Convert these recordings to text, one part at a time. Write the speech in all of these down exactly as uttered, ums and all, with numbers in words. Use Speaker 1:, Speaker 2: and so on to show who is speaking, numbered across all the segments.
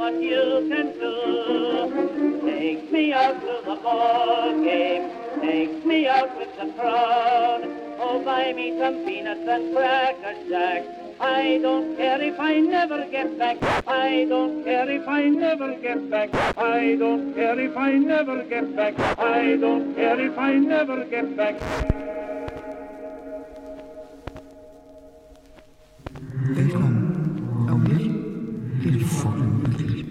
Speaker 1: what you can do. Take me out to the ball game. Take me out with the crowd. Oh, buy me some peanuts and cracker jack. I don't care if I never get back. I don't care if I never get back. I don't care if I never get back. I don't care if I never get back.
Speaker 2: Velkommen og virkelig lidt forunderligt.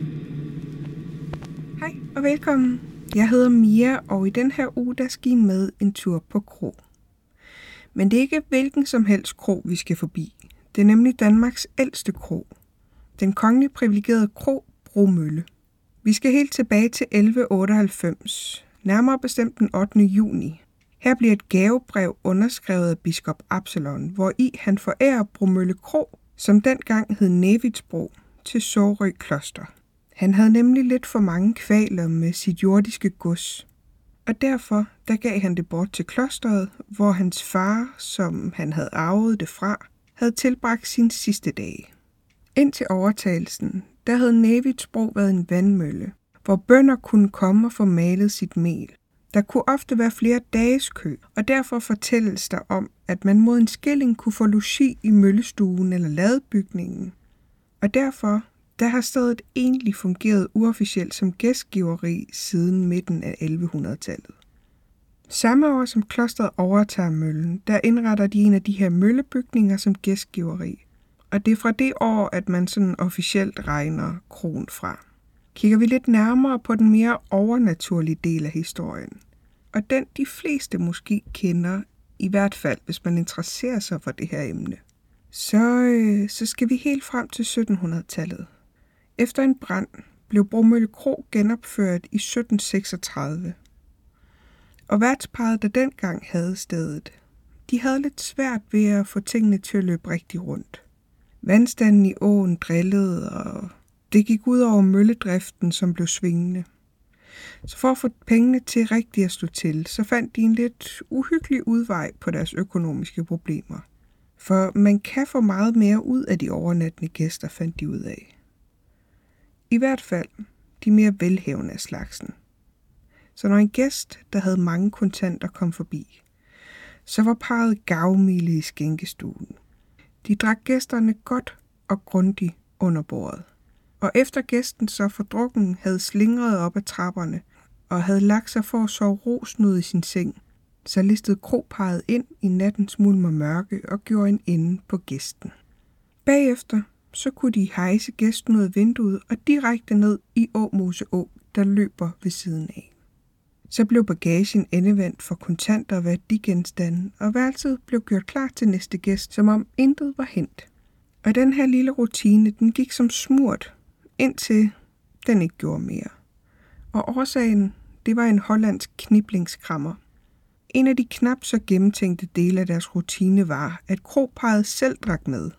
Speaker 3: Hej og velkommen. Jeg hedder Mia, og i den her uge der skal I med en tur på kro. Men det er ikke hvilken som helst kro, vi skal forbi. Det er nemlig Danmarks ældste kro. Den kongeligt privilegerede kro Bromølle. Vi skal helt tilbage til elleve otteoghalvfems, nærmere bestemt den ottende juni. Her bliver et gavebrev underskrevet af biskop Absalon, hvor i han forærer Bromølle Kro, som dengang hed Nevitsbro, til Sorø Kloster. Han havde nemlig lidt for mange kvaler med sit jordiske gods, og derfor der gav han det bort til klosteret, hvor hans far, som han havde arvet det fra, havde tilbragt sine sidste dage. Indtil overtagelsen, der havde Nevitsbro været en vandmølle, hvor bønder kunne komme og få malet sit mel. Der kunne ofte være flere dages kø, og derfor fortælles der om, at man mod en skilling kunne få logi i møllestuen eller ladebygningen. Og derfor der har stedet egentlig fungeret uofficielt som gæstgiveri siden midten af elleve hundrede-tallet. Samme år som klosteret overtager møllen, der indretter de en af de her møllebygninger som gæstgiveri. Og det er fra det år, at man sådan officielt regner kroen fra. Kigger vi lidt nærmere på den mere overnaturlige del af historien, og den de fleste måske kender, i hvert fald hvis man interesserer sig for det her emne, så, øh, så skal vi helt frem til sytten hundrede-tallet. Efter en brand blev Bromølle Kro genopført i sytten seksogtredive. Og værtsparret, der dengang havde stedet, de havde lidt svært ved at få tingene til at løbe rigtig rundt. Vandstanden i åen drillede, og det gik ud over mølledriften, som blev svingende. Så for at få pengene til rigtigt at stå til, så fandt de en lidt uhyggelig udvej på deres økonomiske problemer. For man kan få meget mere ud af de overnattende gæster, fandt de ud af. I hvert fald de mere velhavende af slagsen. Så når en gæst, der havde mange kontanter, kom forbi, så var parret gavmilde i skænkestuen. De drak gæsterne godt og grundigt under bordet. Og efter gæsten så fordrukken havde slingret op ad trapperne og havde lagt sig for at sove rosnud i sin seng, så listede kroparret ind i nattens mulm og mørke og gjorde en ende på gæsten. Bagefter så kunne de hejse gæsten ud af vinduet og direkte ned i Åmose Å, der løber ved siden af. Så blev bagagen endevendt for kontanter og værdigenstande, og værelset blev gjort klar til næste gæst, som om intet var hent. Og den her lille rutine, den gik som smurt, indtil den ikke gjorde mere. Og årsagen, det var en hollandsk kniblingskrammer. En af de knap så gennemtænkte dele af deres rutine var, at kroparret selv drak med.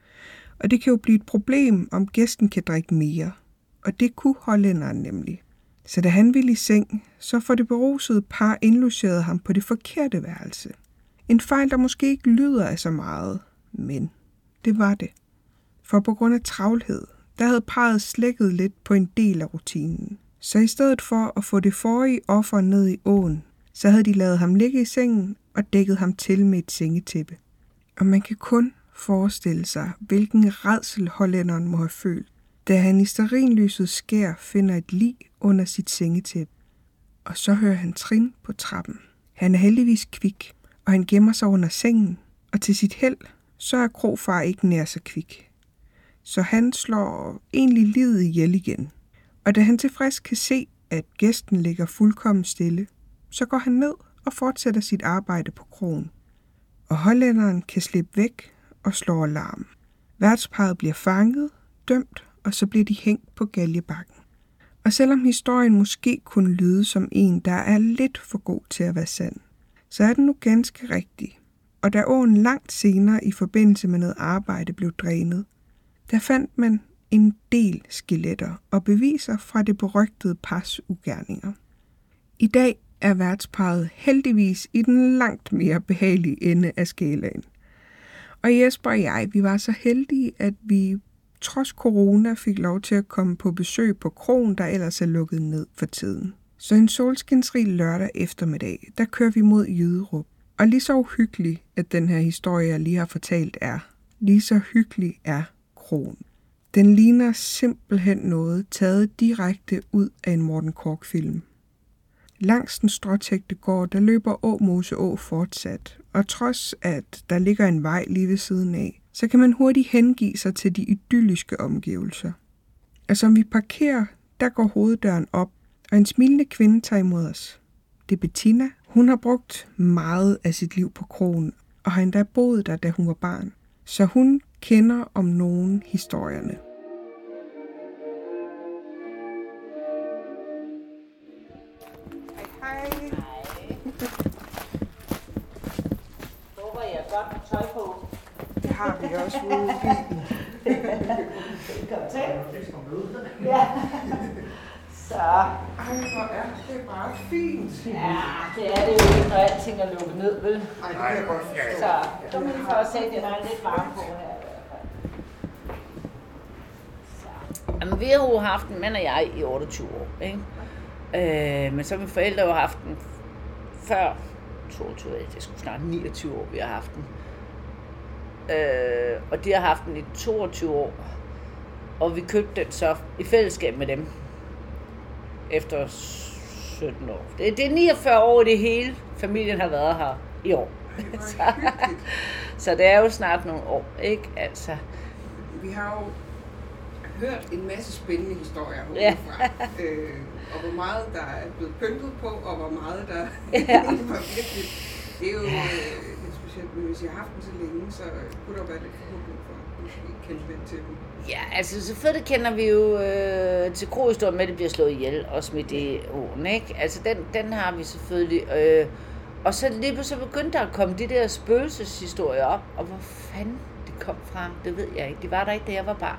Speaker 3: Og det kan jo blive et problem, om gæsten kan drikke mere. Og det kunne hollænderen nemlig. Så da han ville i seng, så for det berusede par indlogerede ham på det forkerte værelse. En fejl, der måske ikke lyder af så meget, men det var det. For på grund af travlhed, der havde parret slækket lidt på en del af rutinen. Så i stedet for at få det forrige offer ned i åen, så havde de ladet ham ligge i sengen og dækket ham til med et sengetæppe. Og man kan kun forestille sig, hvilken rædsel hollænderen må have følt, da han i stearinlysets skær finder et lig under sit sengetæppe. Og så hører han trin på trappen. Han er heldigvis kvik, og han gemmer sig under sengen, og til sit held, så er krofar ikke nær så kvik. Så han slår egentlig livet ihjel igen. Og da han tilfreds kan se, at gæsten ligger fuldkommen stille, så går han ned og fortsætter sit arbejde på kroen. Og hollænderen kan slippe væk og slår alarm. Værtsparret bliver fanget, dømt, og så bliver de hængt på galgebakken. Og selvom historien måske kunne lyde som en, der er lidt for god til at være sand, så er den nu ganske rigtig. Og da åen langt senere i forbindelse med noget arbejde blev drænet, der fandt man en del skeletter og beviser fra det berygtede pars ugerninger. I dag er værtsparret heldigvis i den langt mere behagelige ende af skalaen. Og Jesper og jeg, vi var så heldige, at vi trods corona fik lov til at komme på besøg på kroen, der ellers er lukket ned for tiden. Så en solskinsrig lørdag eftermiddag, der kører vi mod Jyderup. Og lige så uhyggelig, at den her historie, jeg lige har fortalt, er, lige så hyggelig er kroen. Den ligner simpelthen noget taget direkte ud af en Morten Korch-film. Langs den stråtægte gård, der løber Åmose Å fortsat, og trods at der ligger en vej lige ved siden af, så kan man hurtigt hengive sig til de idylliske omgivelser. Og som vi parkerer, der går hoveddøren op, og en smilende kvinde tager imod os. Det er Bettina. Hun har brugt meget af sit liv på kroen, og har endda boet der, da hun var barn. Så hun kender om nogen historierne. Hej. Hej.
Speaker 4: Håber jeg godt med tøj på.
Speaker 3: Det har vi også ude i bilen.
Speaker 4: Velkommen til. Ja. Så.
Speaker 3: Ej, hvor er det bare fint.
Speaker 4: Ja, det er det jo ikke, når alting er lukket ned, vel?
Speaker 3: Ej, det kan jeg godt forstå.
Speaker 4: Så, kom lige for at se, at der er lidt varme på her. Jamen, vi har jo haft den, mand og jeg, i otteogtyve år, ikke? Øh, men så har mine forældre jo haft den før toogtyve, det er sgu snart niogtyve år, vi har haft den. Øh, og de har haft den i toogtyve år, og vi købte den så i fællesskab med dem efter sytten år. Det, det er niogfyrre år i det hele, familien har været her i år. så, så det er jo snart nogle år, ikke? Altså.
Speaker 3: Vi har jo hørt en masse spændende historier herfra, ja. øh, og hvor meget der er blevet pyntet på, og hvor meget der ja. var virkelig. Det er jo ja. øh, lidt specielt, men hvis I har haft den så længe, så kunne der være lidt forhåbning for, at vi kendte den til dem.
Speaker 4: Ja, altså selvfølgelig kender vi jo øh, til krohistorien med, at det bliver slået ihjel og smidt i åen, ikke? Altså den, den har vi selvfølgelig. Øh, og så lige så begyndte der at komme de der spøgelseshistorier op, og hvor fanden det kom fra, det ved jeg ikke. De var der ikke, da jeg var barn.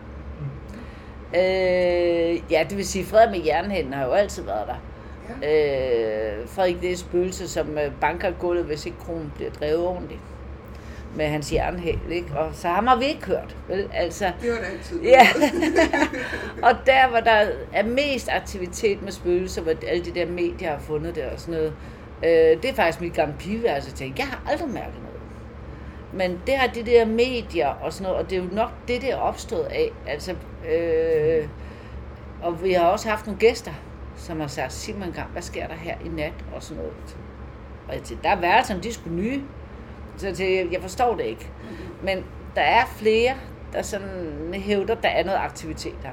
Speaker 4: Øh, ja, det vil sige, Frederik med jernhænden har jo altid været der. Ja. Øh, Frederik, det er spøgelse, som banker gulvet, hvis ikke kronen bliver drevet ordentligt. Med hans jernhæld, ikke? Og så ham har vi ikke hørt, vel? Altså,
Speaker 3: det var det altid.
Speaker 4: Ja. Og der, hvor der er mest aktivitet med spøgelser, hvor alle de der medier har fundet det og sådan noget, øh, det er faktisk mit gamle pigeværelse til. Jeg har aldrig mærket noget. Men det har de der medier og sådan noget, og det er jo nok det, der er opstået af. Altså, øh, og vi har også haft nogle gæster, som har sagt, sig mig engang, hvad sker der her i nat og sådan noget. Og jeg tænkte, der er værelser, de skulle nye. Så jeg, tænkte, jeg forstår det ikke. Men der er flere, der sådan hævder, der er noget aktivitet her.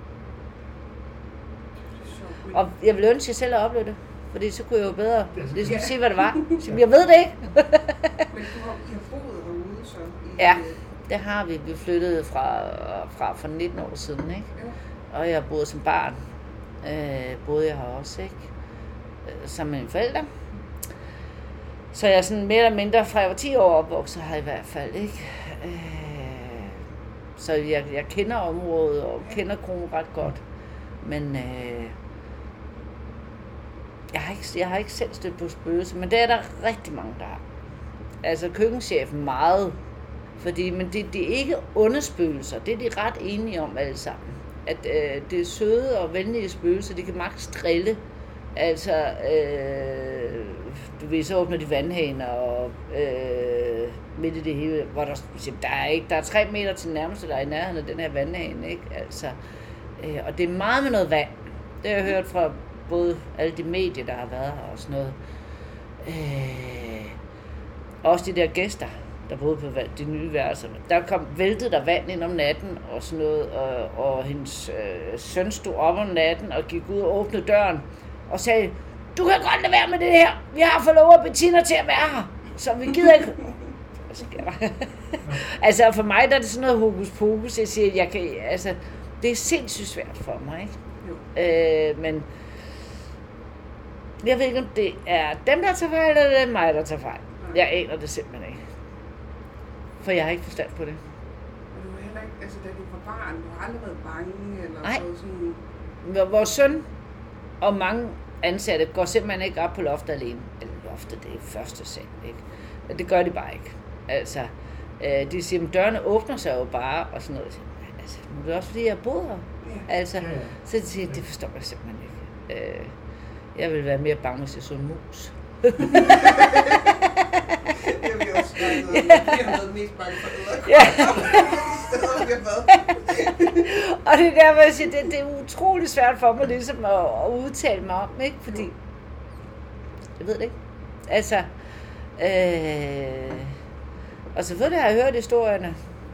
Speaker 4: Og jeg vil ønske, at jeg selv har oplevet det. Fordi så kunne jeg jo bedre ligesom ja. sige, hvad det var. Så jeg ved det ikke.
Speaker 3: Men du har, har boet herude så? I
Speaker 4: Ja, det har vi. Vi flyttede fra, fra for nitten år siden, ikke? Ja. Og jeg har boet som barn. Øh, boede jeg her også, ikke? Øh, sammen med mine forældre. Så jeg er sådan mere eller mindre, fra jeg var ti år opvokset her i hvert fald, ikke? Øh, så jeg, jeg kender området og kender kronen ret godt. Men øh, jeg, har ikke, jeg har ikke selv stødt på spøgelser, men det er der rigtig mange, der har. Altså køkkenchefen meget. Fordi, men det, det er ikke onde spøgelser, det er de ret enige om alle sammen. At øh, det er søde og venlige spøgelser, de kan maks drille. Altså, øh, du ved, så åbner de vandhaner og øh, midt i det hele, hvor der, der er ikke, der er tre meter til nærmeste, der er i nærheden af den her vandhane, ikke? Altså, øh, og det er meget med noget vand. Det har jeg hørt fra både alle de medier, der har været her og sådan noget. Øh, også de der gæster, der boede på de nye værelser. Der kom væltet der vand ind om natten og sådan noget, og, og hendes øh, søn stod op om natten og gik ud og åbnede døren og sagde, du kan godt lade være med det her. Vi har fået lov af Bettina til at være her, så vi gider ikke. Hvad sker der? Altså for mig der er det sådan noget hokus pokus. Jeg siger, jeg kan, altså, det er sindssygt svært for mig, ikke? Øh, men jeg ved ikke, om det er dem, der tager fejl, eller det er mig, der tager fejl. Jeg aner det simpelthen ikke. For jeg har ikke forstand på det.
Speaker 3: Og du var heller ikke, altså da du var barn, du har aldrig været bange, eller
Speaker 4: Nej.
Speaker 3: sådan?
Speaker 4: Vores søn og mange ansatte går simpelthen ikke op på loftet alene. Eller loftet, det er første seng, ikke? Det gør de bare ikke. Altså, øh, de siger, at dørene åbner sig jo bare, og sådan noget. altså, nu er det også fordi, jeg bor her.
Speaker 3: Ja.
Speaker 4: Altså,
Speaker 2: Ja, ja.
Speaker 4: så det, siger, jeg, det forstår jeg simpelthen ikke. Øh, jeg vil være mere bange, hvis jeg så en mus.
Speaker 3: Det har vi også snakket om. Vi har været mest bange for æderkopper.
Speaker 4: Ja.
Speaker 3: Det vi har været.
Speaker 4: Og det er der, hvor jeg siger, det, det er utroligt svært for mig ligesom at, at udtale mig om, ikke? Fordi, jeg ved det ikke. Altså, øh, og selvfølgelig har jeg hørt historierne.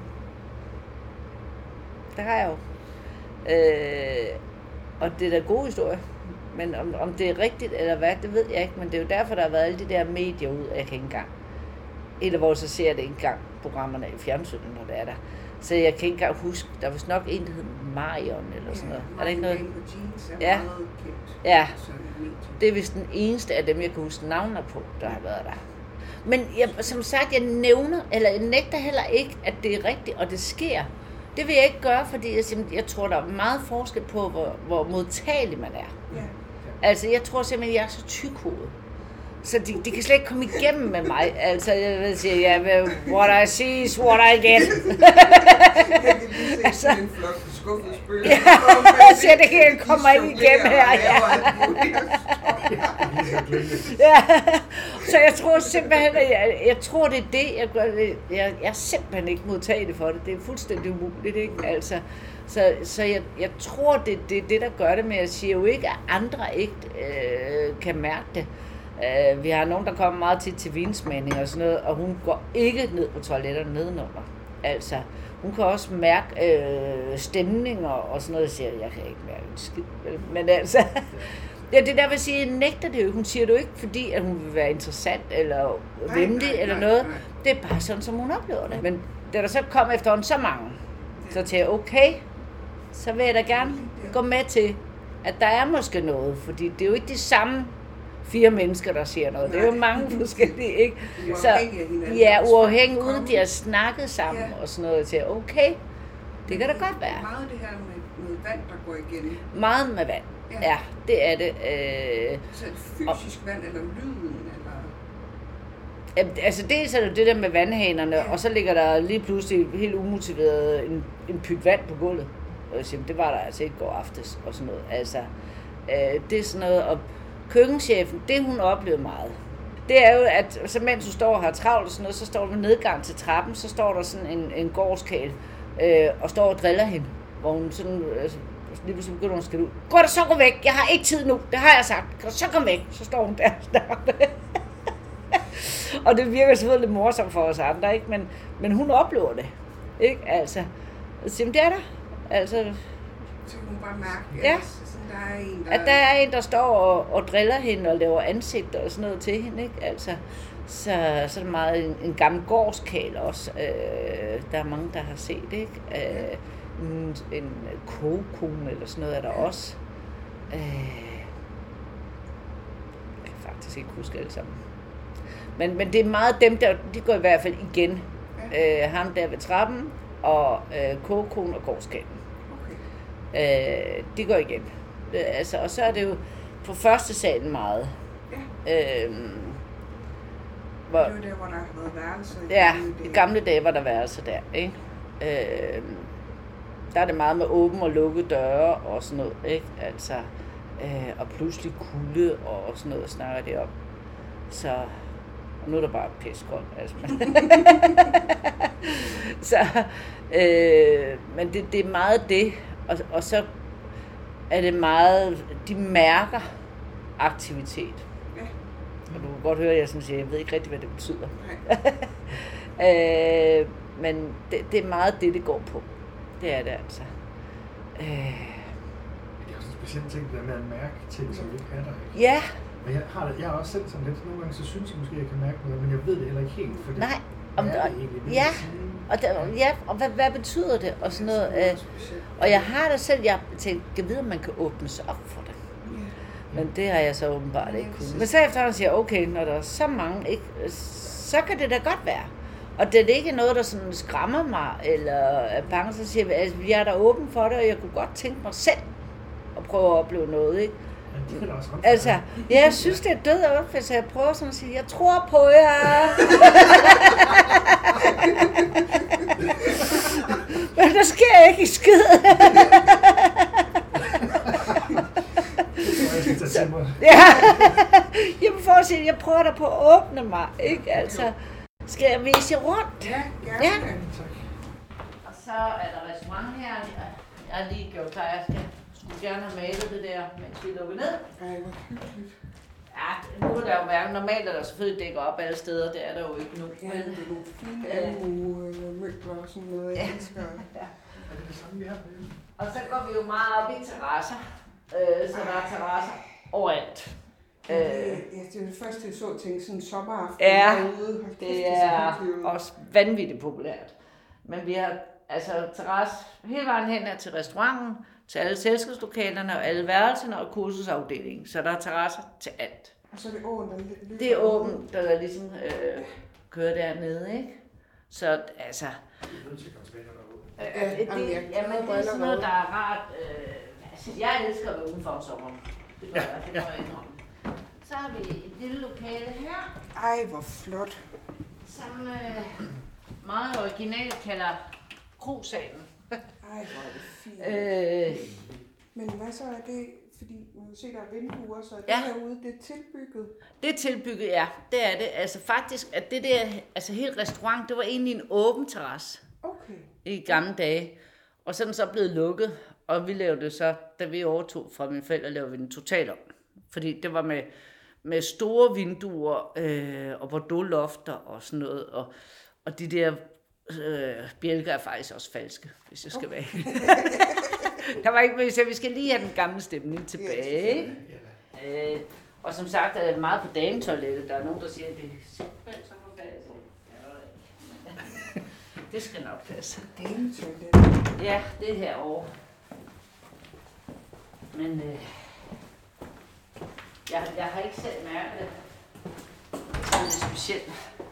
Speaker 4: Det har jeg jo. Øh, og det er da gode historier. Men om, om det er rigtigt eller hvad, det ved jeg ikke. Men det er jo derfor, der har været alle de der medier ud, jeg kan ikke engang. Eller hvor så ser jeg det ikke engang, programmerne i fjernsynet, når det er der. Så jeg kan ikke engang huske, der var vist nok en, der hed Marion eller sådan noget. Ja, er der ikke noget? Ja. Ja, det er vist den eneste af dem, jeg kan huske navnene på, der har været der. Men jeg, som sagt, jeg nævner, eller jeg nægter heller ikke, at det er rigtigt, og det sker. Det vil jeg ikke gøre, fordi jeg, jeg tror, der er meget forskel på, hvor, hvor modtagelig man er.
Speaker 3: Ja.
Speaker 4: Altså, jeg tror simpelthen, jeg er så tykhovedet. Så de, de kan slet ikke komme igennem med mig. Altså, jeg vil sige, ja, what I see is what I get.
Speaker 3: Jeg kan lige se
Speaker 4: Altså,
Speaker 3: sådan en flok skuffede spøgelser.
Speaker 4: Ja, så det kan jeg komme ikke igennem her. Ja. Ja. Så jeg tror simpelthen, at jeg, jeg tror, det er det, jeg gør. Jeg, jeg er simpelthen ikke modtagelig for det. Det er fuldstændig umuligt, ikke? Altså, så så jeg, jeg tror, det er det, det, der gør det, men jeg siger jo ikke, at andre ikke øh, kan mærke det. Uh, vi har nogen, der kommer meget tit til vinsmagning og sådan noget, og hun går ikke ned på toiletterne nedenunder. Altså, hun kan også mærke øh, stemninger og sådan noget, og siger, jeg kan ikke mærke en skid. Men altså, ja, det der vil sige, jeg nægter det jo. Hun siger det jo ikke, fordi at hun vil være interessant eller venlig eller noget. Nej. Det er bare sådan, som hun oplever det. Men da der så kom efterhånden så mange, så tænkte jeg, okay, så vil jeg da gerne gå med til, at der er måske noget, fordi det er jo ikke de samme fire mennesker, der siger noget. Det er jo mange forskellige, ikke? Så, ja, uafhængigt, uden de har snakket sammen ja. Og sådan noget til, okay, det kan da godt være.
Speaker 3: Meget det her med, med vand, der går igen.
Speaker 4: Meget med vand, ja, ja det er det. Øh,
Speaker 3: så et fysisk og, vand, eller lyden, eller?
Speaker 4: Altså, dels er det det der med vandhanerne, ja. Og så ligger der lige pludselig helt umotiveret en, en pyt vand på gulvet. Og jeg siger, det var der altså ikke går aftes, og sådan noget. Altså, øh, det er sådan noget, og køkkenchefen, det hun oplevede meget, det er jo, at så mens du står og har travlt og sådan noget, så står du ved nedgang til trappen, så står der sådan en, en gårdskæl øh, og står og driller hende, hvor hun sådan, altså, lige pludselig begynder hun at skrive ud, gå da så gå væk, jeg har ikke tid nu, det har jeg sagt, gå så kom væk, så står hun der og det virker selvfølgelig lidt morsomt for os andre, ikke? Men, men hun oplever det, ikke? Altså, så det er der, altså.
Speaker 3: Så hun bare mærke,
Speaker 4: ja.
Speaker 3: Der er en, der...
Speaker 4: At der er en, der står og, og driller hende og laver ansigter og sådan noget til hende, ikke? Altså, så, så er det meget en, en gammel gårdskæl også. Øh, der er mange, der har set, ikke? Øh, en, en kogekone eller sådan noget er der også. Øh, jeg kan faktisk ikke huske alle sammen. Men, men det er meget dem, der de går i hvert fald igen. Øh, ham der ved trappen og øh, kogekonen og gårdskælen. Okay. Øh, de går igen. Altså, og så er det jo på første salen meget. Ja. Øhm, hvor,
Speaker 3: det er jo der, hvor der har været værelser.
Speaker 4: Ja, i gamle dage var der værelser der, ikke? Øhm, der er det meget med åben og lukket døre og sådan noget, ikke? Altså, øh, og pludselig kulde og sådan noget snakker det om. Så, og nu er der bare piskoldt, altså. så, øh, men det, det er meget det, og, og så er det meget, de mærker aktivitet. Ja. Og du kan godt høre, at jeg sådan siger, jeg ved ikke rigtig, hvad det betyder. øh, men det, det er meget det, det går på. Det er det altså. Øh.
Speaker 2: Det er også en speciel ting, det der med at mærke ting, som ikke er der. Ikke?
Speaker 4: Ja.
Speaker 2: Men jeg har, jeg har også selv sådan lidt, nogle gange så synes jeg måske, jeg kan mærke noget, men jeg ved det heller ikke helt, for det
Speaker 4: Nej.
Speaker 2: Om
Speaker 4: det,
Speaker 2: er det egentlig.
Speaker 4: Ja. Og, der, ja, og hvad, hvad betyder det? Og sådan noget. Øh, og jeg har da selv, jeg tænkte, jeg ved, at man kan åbne sig op for det. Men det har jeg så åbenbart ikke kunnet. Men så efterhånden siger jeg, okay, når der er så mange, ikke, så kan det da godt være. Og det er ikke noget, der sådan skræmmer mig, eller er bange, så siger jeg, altså, jeg er da åben for det, og jeg kunne godt tænke mig selv at prøve at opleve noget, ikke?
Speaker 2: Ja, også
Speaker 4: altså, ja, jeg synes, det er død og opfældt, så jeg prøver sådan at sige, jeg tror på jer. Men der sker ikke i skid. Ja. Jamen for at sige, jeg prøver da på at åbne mig, ikke? Altså, skal jeg vise jer rundt?
Speaker 2: Ja, gerne.
Speaker 4: Ja.
Speaker 2: Tak.
Speaker 4: Og så er der restaurant her. Jeg har lige gjort klar, jeg skal, skulle gerne have malet det der, mens vi lukker ned.
Speaker 3: Ej, hvor hyggeligt.
Speaker 4: Ja, nu er der jo hverken normalt, at der selvfølgelig dækker op alle steder, det er der jo ikke nu.
Speaker 3: Ja, det er nogle fine almue-møbler og sådan noget, jeg elsker.
Speaker 2: Er det det samme, vi har?
Speaker 4: Og så går vi jo meget op i terrasser, øh, så der er terrasser overalt.
Speaker 3: Ja, det, ja, det er det første, jeg så, tænkte sådan en sommeraften
Speaker 4: Ja,
Speaker 3: derude. Hold kæft,
Speaker 4: det
Speaker 3: så
Speaker 4: er
Speaker 3: hyggeligt ud.
Speaker 4: også vanvittigt populært. Men vi har altså terrasse hele vejen hen her til restauranten, til alle selskabslokalerne og alle værelserne og kursusafdelingen. Så der er terrasser til alt.
Speaker 3: Og så er det åen, der løber.
Speaker 4: Det er åbent, der ligesom øh, kører dernede, ikke? Så altså...
Speaker 2: Vi er nødt til at komme tilbage, når der er åbent.
Speaker 4: Øh,
Speaker 3: Ja,
Speaker 4: det,
Speaker 3: jamen, jeg
Speaker 4: jamen, det er
Speaker 3: glæder
Speaker 4: sådan
Speaker 3: mig
Speaker 4: noget,
Speaker 3: allerede.
Speaker 4: der er rart. Øh, altså, jeg elsker at være udenfor om sommeren. Det gør
Speaker 2: Ja,
Speaker 4: jeg, det må jeg indrømme. Så har vi et lille lokale her,
Speaker 3: Ej, hvor flot.
Speaker 4: som øh, meget originalt kalder krosalen.
Speaker 3: Ej, hvor er det fint.
Speaker 4: Øh,
Speaker 3: Men hvad så er det, fordi man kan se, der er vinduer, så er det
Speaker 4: Ja.
Speaker 3: herude, det er tilbygget.
Speaker 4: det er tilbygget, ja. Det er det. Altså faktisk, at det der, altså hele restaurant, det var egentlig en åben terrasse
Speaker 3: Okay.
Speaker 4: i gamle dage. Og så er den så blevet lukket, og vi lavede det så, da vi overtog fra mine forældre, lavede vi den totalt om. Fordi det var med, med store vinduer øh, og bordeaux-lofter og sådan noget. Og, og de der øh, bjælker er faktisk også falske, hvis jeg skal være helt. Der var ikke så vi skal lige have den gamle stemning tilbage. Ikke? Øh, og som sagt er det meget på dametoilettet. Der er nogen, der siger, at det er simpelthen så må passe. Det skal nok passe.
Speaker 3: Dametoilet.
Speaker 4: Ja, det er herovre. Men øh, jeg, jeg har ikke selv mærket det. Det er lidt specielt.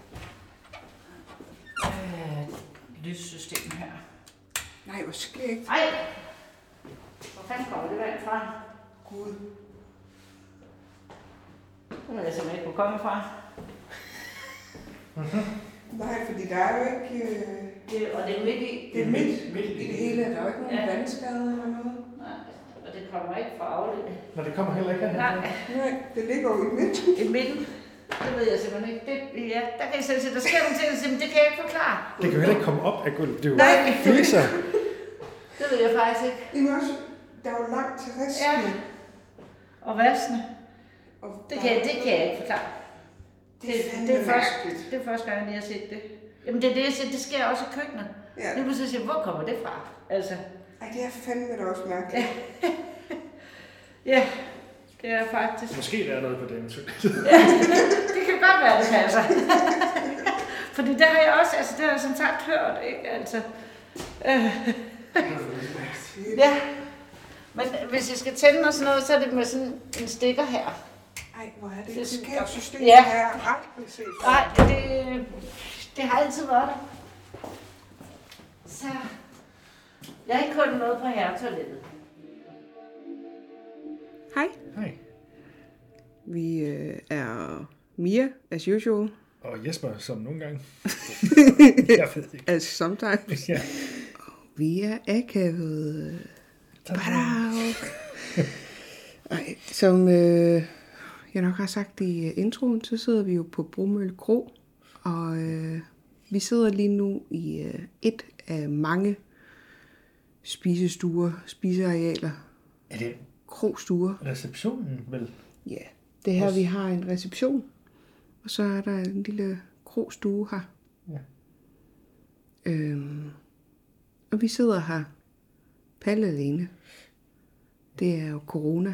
Speaker 4: Øh, lyssystem her.
Speaker 3: Nej, hvor skægt.
Speaker 4: Ej! Hvor fanden kommer det vand fra?
Speaker 3: Gud.
Speaker 4: Det ved jeg simpelthen ikke, hvor kommer fra.
Speaker 3: Nej, fordi der er jo ikke... Øh,
Speaker 4: Det, og det er midt i.
Speaker 3: det er midt, midt i det hele. Der er jo ikke nogen
Speaker 4: Ja.
Speaker 3: vandskade eller noget.
Speaker 4: Nej, og det kommer ikke fra afledt.
Speaker 2: Når det kommer heller ikke her.
Speaker 4: Nej,
Speaker 3: Nej, det ligger jo i midten.
Speaker 4: i midten. Det ved jeg simpelthen ikke. Det, ja, der kan jeg selv se, der sker nogle ting, men det kan jeg ikke forklare.
Speaker 2: Det kan jo heller ikke komme op af gulvet. Det er jo
Speaker 4: Nej.
Speaker 2: fliser.
Speaker 4: Det ved jeg faktisk ikke.
Speaker 3: Jamen også, der er jo langt til resten.
Speaker 4: Ja. Og vaskene.
Speaker 3: Og
Speaker 4: Det
Speaker 3: der-
Speaker 4: kan, jeg, det kan jeg ikke forklare.
Speaker 3: Det
Speaker 4: Det,
Speaker 3: er
Speaker 4: det,
Speaker 3: fandme
Speaker 4: det, er første,
Speaker 3: mærkeligt.
Speaker 4: det er første gang, jeg lige har set det. Jamen det er det, jeg siger, det sker også i køkkenet.
Speaker 3: Ja.
Speaker 4: Lige pludselig siger jeg, hvor kommer det fra? Altså,
Speaker 3: Ej, det er fandme da også mærkeligt.
Speaker 4: ja, det er faktisk.
Speaker 2: Måske der er noget på den.
Speaker 4: Det kan godt være, det passer. Fordi det har jeg også, altså det har jeg som sagt hørt, ikke? Altså, øh, ja. Men hvis jeg skal tænde og sådan noget, så er det med sådan en stikker her.
Speaker 3: Ej, hvor er det
Speaker 4: Det er
Speaker 3: et
Speaker 4: sådan-
Speaker 3: skært system,
Speaker 4: Ja.
Speaker 3: har jeg aldrig set.
Speaker 4: Nej, det, det har altid været der. Så jeg har ikke kun noget på herretoilettet.
Speaker 3: Hej.
Speaker 2: Hej.
Speaker 3: Vi øh, er Mia, as usual.
Speaker 2: Og Jesper, som nogle gange. Jeg ved ikke.
Speaker 3: As sometimes.
Speaker 2: Ja.
Speaker 3: Vi er akavet. Badau. Ej, som øh, jeg nok har sagt i øh, introen, så sidder vi jo på Bromølle Kro. Og øh, vi sidder lige nu i øh, et af mange spisestuer, spisearealer,
Speaker 2: Er det
Speaker 3: krostuer.
Speaker 2: receptionen, vel?
Speaker 3: Ja, det er her, vi har en reception, og så er der en lille krostue her.
Speaker 2: Ja.
Speaker 3: Øhm, og vi sidder her, Palle alene. Det er jo corona.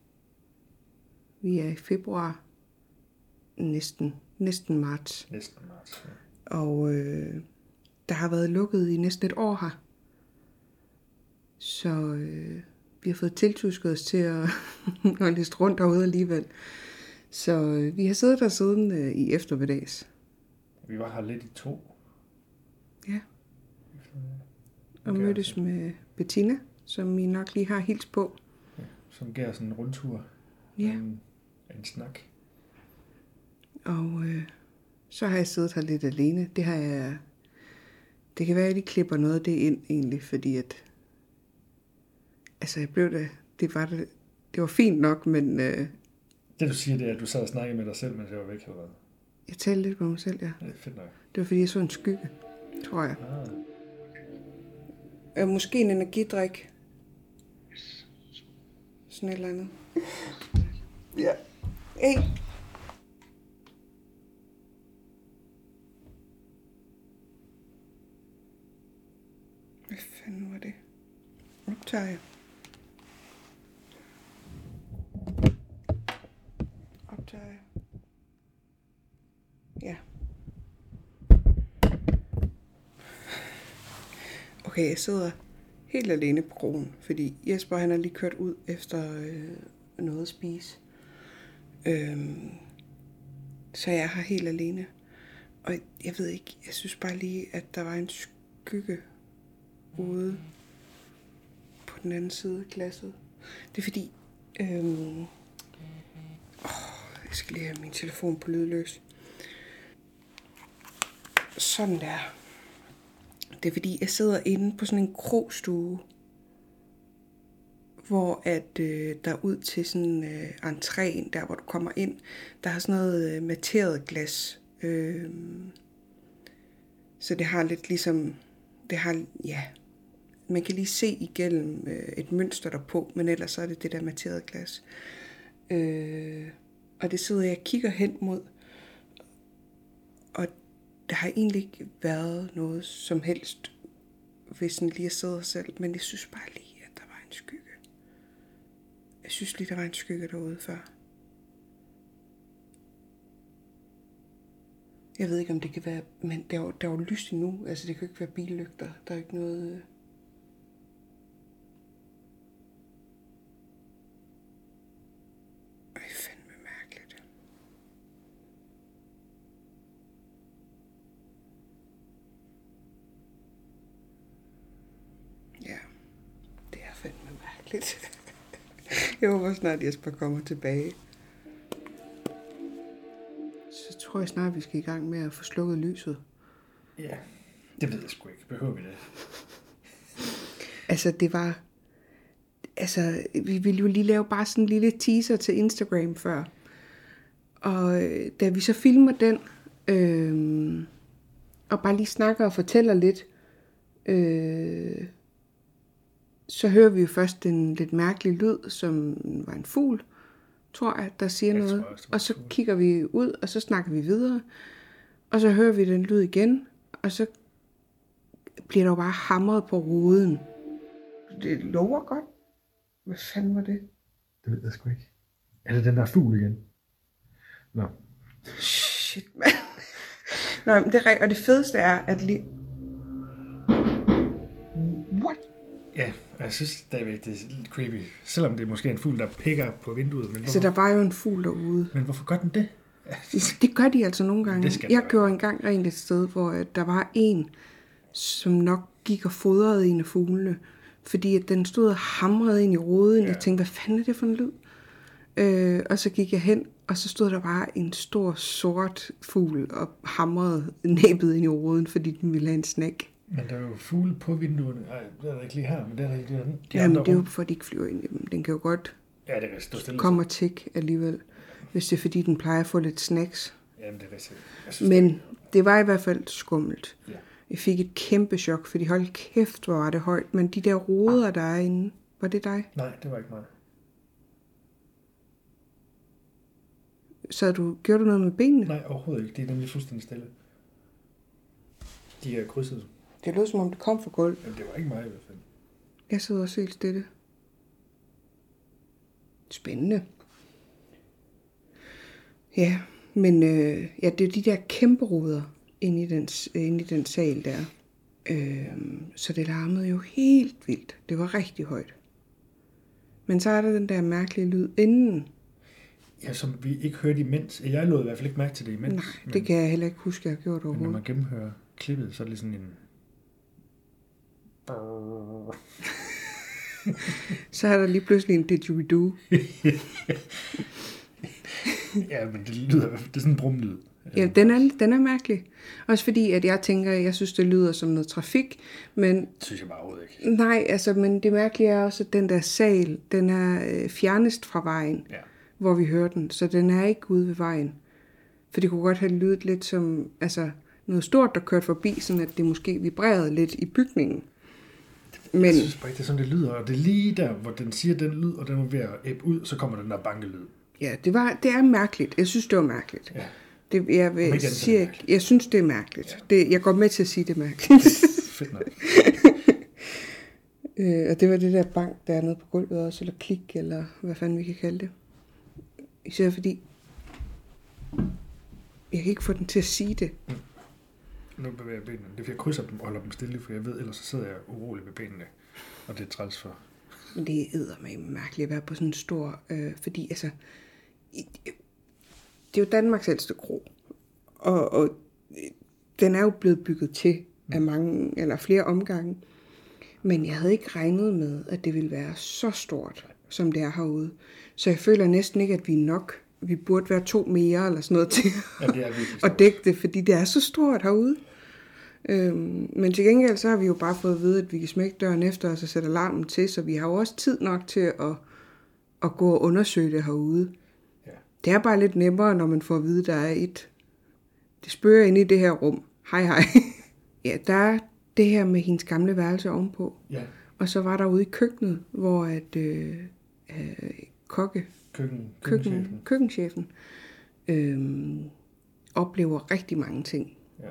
Speaker 3: Vi er i februar, næsten, næsten marts.
Speaker 2: Næsten marts. Ja.
Speaker 3: Og øh, der har været lukket i næsten et år her. Så øh, vi har fået tiltusket os til at, at liste rundt derude alligevel. Så øh, vi har siddet der siden øh, i eftermiddags.
Speaker 2: Vi var her lidt i to.
Speaker 3: Ja. Og
Speaker 2: Okay,
Speaker 3: mødtes
Speaker 2: altså.
Speaker 3: med Bettina, som I nok lige har hilst på.
Speaker 2: Ja, som gav os en rundtur.
Speaker 3: Ja.
Speaker 2: En, en snak.
Speaker 3: Og øh, så har jeg siddet her lidt alene. Det har jeg Det kan være, at de klipper noget af det ind egentlig, fordi at... Altså, jeg blev det... Det var, det, det var fint nok, men... Øh,
Speaker 2: Det du siger, det er, at du sad og snakkede med dig selv, mens jeg var væk, eller hvad?
Speaker 3: jeg talte lidt med mig selv, ja.
Speaker 2: Det er fedt nok.
Speaker 3: Det var, fordi jeg så en skygge, tror jeg.
Speaker 2: Ah.
Speaker 3: Øh, måske en energidrik. Sådan et eller andet. Ja. Hey. Hvad fanden var det? Optager jeg. Optager jeg. Ja. Okay, jeg sidder helt alene på krogen, fordi Jesper han er lige kørt ud efter øh, noget at spise. Øhm, så jeg er her helt alene. Og jeg ved ikke, jeg synes bare lige, at der var en skygge ude på den anden side af glasset. Det er fordi, øhm, åh, jeg skal lige have min telefon på lydløs. Sådan der. Det er fordi, jeg sidder inde på sådan en krogstue, hvor at øh, der er ud til sådan øh, entréen, der hvor du kommer ind, der har sådan noget øh, materet glas. Øh, så det har lidt ligesom, det har, ja, man kan lige se igennem øh, et mønster derpå, men ellers så er det det der materede glas. Øh, og det sidder jeg og kigger hen mod, og der har egentlig ikke været noget som helst, hvis den lige sidder selv, men jeg synes bare lige, at der var en skygge. Jeg synes lige, der var en skygge derude før. Jeg ved ikke, om det kan være, men der er jo, der er jo lyst endnu, altså det kan ikke være billygter, der er ikke noget... Ej, fandme mærkeligt. Ja, det er fandme mærkeligt. Jeg håber snart, Jesper kommer tilbage. Så tror jeg snart, vi skal i gang med at få slukket lyset.
Speaker 2: Ja, det ved jeg sgu ikke. Behøver vi det?
Speaker 3: Altså, det var... Altså, vi ville jo lige lave bare sådan en lille teaser til Instagram før. Og øh, da vi så filmer den, øh, og bare lige snakker og fortæller lidt, øh, så hører vi jo først en lidt mærkelig lyd, som var en fugl, tror jeg, der siger
Speaker 2: Jeg
Speaker 3: noget.
Speaker 2: tror også, det var
Speaker 3: Og så
Speaker 2: en fugl.
Speaker 3: kigger vi ud, og så snakker vi videre. Og så hører vi den lyd igen, og så bliver der jo bare hamret på ruden. Det lover godt. Hvad fanden var det?
Speaker 2: Det ved jeg sgu ikke. Er det den der fugl igen? Nå.
Speaker 3: Shit, mand. Nå, men det er rigtigt. Og det fedeste er, at lige... What?
Speaker 2: Ja, jeg synes stadigvæk, det er lidt creepy. Selvom det er måske en fugl, der pikker på vinduet. Men
Speaker 3: Så
Speaker 2: hvorfor,
Speaker 3: der var jo en fugl derude.
Speaker 2: men hvorfor gør den det?
Speaker 3: Det gør de altså nogle gange.
Speaker 2: Det skal
Speaker 3: Jeg
Speaker 2: de
Speaker 3: gjorde engang rent et sted, hvor at der var en, som nok gik og fodrede en af fuglene. Fordi at den stod og hamrede ind i ruden. Ja. Jeg tænkte, hvad fanden er det for en lyd? Øh, og så gik jeg hen, og så stod der bare en stor sort fugl og hamrede næbet ind i ruden, fordi den ville have en snack.
Speaker 2: Men der er jo fugle på vinduerne. Nej, det er der ikke lige her, men det er der ikke. De
Speaker 3: Jamen,
Speaker 2: andre
Speaker 3: det er jo
Speaker 2: rum.
Speaker 3: for, at de ikke flyver ind i dem. Den kan jo godt
Speaker 2: Ja, det kan stå stille.
Speaker 3: komme og tikke alligevel, hvis det er fordi, den plejer at få lidt snacks.
Speaker 2: Jamen, det er rigtigt. Jeg synes,
Speaker 3: Men det var i hvert fald skummelt.
Speaker 2: Ja.
Speaker 3: Jeg fik et kæmpe chok, fordi hold kæft, hvor var det højt. Men de der ruder, der er inde, var det dig?
Speaker 2: Nej, det var ikke mig.
Speaker 3: Så du, gjorde du noget med benene?
Speaker 2: Nej, overhovedet ikke. Det er nemlig fuldstændig stille. De er krydset.
Speaker 3: Det lød som om, det kom fra gulv.
Speaker 2: Jamen, det var ikke mig i hvert fald.
Speaker 3: Jeg sidder også helt stille. Spændende. Ja, men øh, ja, det er de der kæmpe ruder inde i den, inde i den sal der. Øh, så det larmede jo helt vildt. Det var rigtig højt. Men så er der den der mærkelige lyd inden.
Speaker 2: Ja, som vi ikke hørte imens. Jeg lod i hvert fald ikke mærke til det imens.
Speaker 3: Nej, det kan jeg heller ikke huske, jeg har gjort
Speaker 2: Men når
Speaker 3: overhovedet.
Speaker 2: man gennemhører klippet, så er det lige sådan en...
Speaker 3: Så er der lige pludselig en didgeridoo.
Speaker 2: Ja, men det lyder, det er sådan en brumlyd.
Speaker 3: Ja, den er, den er mærkelig. Også fordi, at jeg tænker, at jeg synes, det lyder som noget trafik, men...
Speaker 2: Det synes jeg bare overhovedet ikke.
Speaker 3: Nej, altså, men det mærkelige er også, at den der sal, den er øh, fjernest fra vejen,
Speaker 2: Ja.
Speaker 3: hvor vi hører den, så den er ikke ude ved vejen. For det kunne godt have lydet lidt som, altså, noget stort, der kørte forbi, sådan at det måske vibrerede lidt i bygningen. Men...
Speaker 2: Jeg synes bare ikke, det er sådan, det lyder. Og det er lige der, hvor den siger den lyd, og den er ved at æbbe ud, så kommer den der bankelyd.
Speaker 3: Ja, det, var, det er mærkeligt. Jeg synes, det var mærkeligt.
Speaker 2: Ja.
Speaker 3: Det, jeg, vil,
Speaker 2: Om ikke andet, så er det
Speaker 3: siger,
Speaker 2: mærkeligt.
Speaker 3: jeg synes, det er mærkeligt. Det, jeg går med til at sige, det er mærkeligt.
Speaker 2: Fedt nok.
Speaker 3: øh, og det var det der bank, der er nede på gulvet også, eller klik, eller hvad fanden vi kan kalde det. Især fordi, jeg kan ikke få den til at sige det.
Speaker 2: Mm. Nu bevæger jeg benene. Det er fordi, jeg krydser dem og holder dem stille, for jeg ved, ellers så sidder jeg urolig ved benene. Og det er træls for.
Speaker 3: Men det er eddermame mærkeligt at være på sådan en stor, øh, fordi altså, i, det er jo Danmarks ældste kro, og, og den er jo blevet bygget til af mange, eller flere omgange, men jeg havde ikke regnet med, at det ville være så stort, som det er herude. Så jeg føler næsten ikke, at vi er nok. Vi burde være to mere, eller sådan noget til
Speaker 2: Ja, det er virkelig stort.
Speaker 3: at dække det, fordi det er så stort herude. Øhm, men til gengæld, så har vi jo bare fået at vide, at vi kan smække døren efter os og sætte alarmen til, så vi har jo også tid nok til at, at gå og undersøge det herude.
Speaker 2: Ja.
Speaker 3: Det er bare lidt nemmere, når man får at vide, at der er et... Det spørger inde i det her rum. Hej, hej. Ja, der er det her med hendes gamle værelse ovenpå.
Speaker 2: Ja,
Speaker 3: Og så var der ude i køkkenet, hvor at øh, øh, kokke,
Speaker 2: køkken,
Speaker 3: køkken,
Speaker 2: køkkenchefen.
Speaker 3: køkkenchefen øh, oplever rigtig mange ting.
Speaker 2: Ja.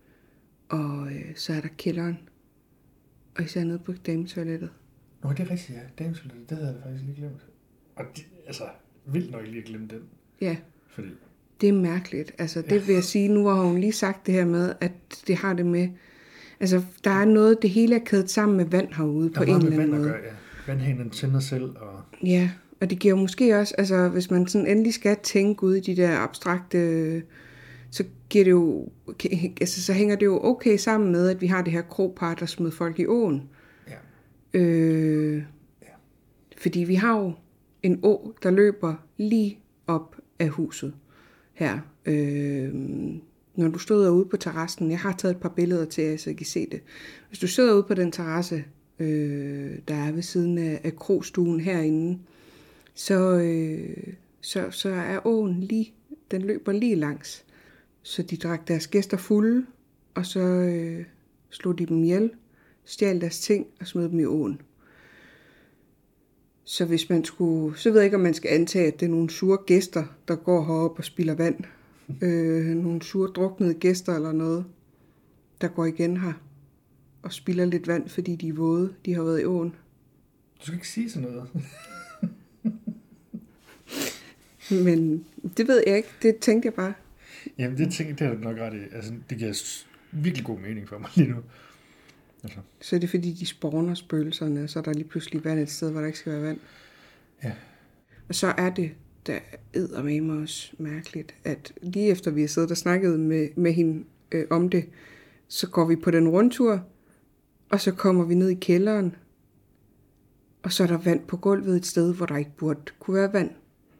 Speaker 3: Og øh, så er der kælderen. Og især nede på dametoilettet.
Speaker 2: Nå, det er rigtigt, ja. Dametoilettet, det havde jeg faktisk lige glemt. Og de, altså, vildt nok lige at glemme den.
Speaker 3: Ja,
Speaker 2: Fordi,
Speaker 3: det er mærkeligt. Altså, det vil jeg sige, nu har hun lige sagt det her med, at det har det med... Altså, der er noget, det hele er kædet sammen med vand herude på
Speaker 2: der
Speaker 3: en
Speaker 2: er meget
Speaker 3: eller
Speaker 2: med
Speaker 3: anden
Speaker 2: vand at
Speaker 3: måde.
Speaker 2: gøre, ja. Vandhanen tænder selv, og
Speaker 3: Ja, og det giver måske også, altså hvis man sådan endelig skal tænke ud i de der abstrakte, så giver det jo, altså så hænger det jo okay sammen med, at vi har det her kropar, der smed folk i åen.
Speaker 2: ja.
Speaker 3: Øh,
Speaker 2: Ja.
Speaker 3: Fordi vi har jo en å, der løber lige op af huset her. Øh, når du stod ude på terrassen, jeg har taget et par billeder til jer, så I kan se det. Hvis du sidder ude på den terrasse, øh, der er ved siden af, af krogstuen herinde, så, øh, så, så er åen lige, den løber lige langs. Så de drak deres gæster fulde, og så øh, slog de dem ihjel, stjal deres ting og smed dem i åen. Så hvis man skulle, så ved jeg ikke, om man skal antage, at det er nogle sure gæster, der går herop og spilder vand. Øh, nogle sure druknede gæster eller noget, der går igen her og spilder lidt vand, fordi de er våde. De har været i åen.
Speaker 2: Du skal ikke sige sådan noget.
Speaker 3: Men det ved jeg ikke. Det tænkte jeg bare.
Speaker 2: Jamen, det tænker det er du nok ret i. Altså, det giver s- virkelig god mening for mig lige nu. Altså,
Speaker 3: Så er det fordi, de spawner spøgelserne, og så er der lige pludselig vand et sted, hvor der ikke skal være vand.
Speaker 2: ja.
Speaker 3: Og så er det, der eddermame også mærkeligt, at lige efter vi har siddet og snakket med, med hende øh, om det, så går vi på den rundtur, og så kommer vi ned i kælderen, og så er der vand på gulvet et sted, hvor der ikke burde kunne være vand.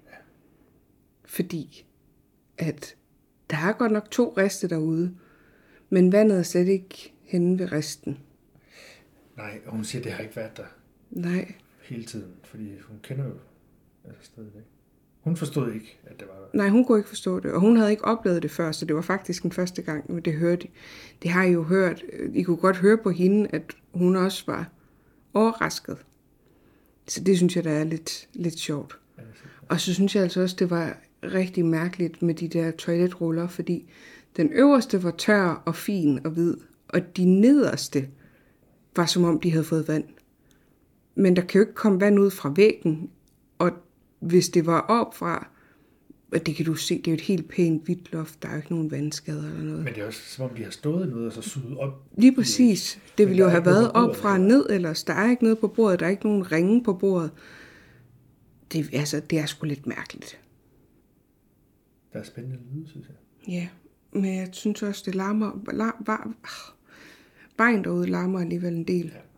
Speaker 3: Fordi at der er godt nok to riste derude, men vandet er slet ikke henne ved resten.
Speaker 2: Nej, og hun siger, det har ikke været der
Speaker 3: Nej,
Speaker 2: hele tiden, fordi hun kender jo altså stedet ikke. Hun forstod ikke, at det var der.
Speaker 3: nej, hun kunne ikke forstå det, og hun havde ikke oplevet det før, så det var faktisk den første gang, men det hørte det har I jo hørt. I kunne godt høre på hende, at hun også var overrasket. Så det synes jeg, der er lidt, lidt sjovt.
Speaker 2: Ja, det er sikkert.
Speaker 3: Og så synes jeg altså også, det var rigtig mærkeligt med de der toiletruller, fordi den øverste var tør og fin og hvid, og de nederste var som om, de havde fået vand. Men der kan jo ikke komme vand ud fra væggen, og hvis det var opfra, og det kan du se, det er jo et helt pænt hvidt loft, der er jo ikke nogen vandskader eller noget.
Speaker 2: Men det er også som om, de har stået noget og så suget op.
Speaker 3: Lige præcis. Det
Speaker 2: Men
Speaker 3: ville jo
Speaker 2: der er
Speaker 3: have
Speaker 2: ikke noget
Speaker 3: været
Speaker 2: på bordet,
Speaker 3: op fra
Speaker 2: eller?
Speaker 3: ned, ellers der er ikke noget på bordet, der er ikke nogen ringe på bordet. Det, altså, det er sgu lidt mærkeligt.
Speaker 2: Der er spændende lyde, synes jeg.
Speaker 3: Ja, men jeg synes også, det larmer, lar, var, vejen derude larmer alligevel en del.
Speaker 2: Ja.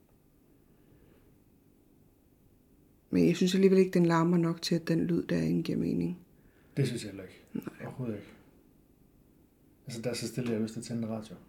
Speaker 3: Men jeg synes alligevel ikke, den larmer nok til, at den lyd derinde giver mening.
Speaker 2: Det synes jeg heller ikke. Nej. Overhovedet ikke. Altså, der er så stille, jeg har lyst til at tænde en radio.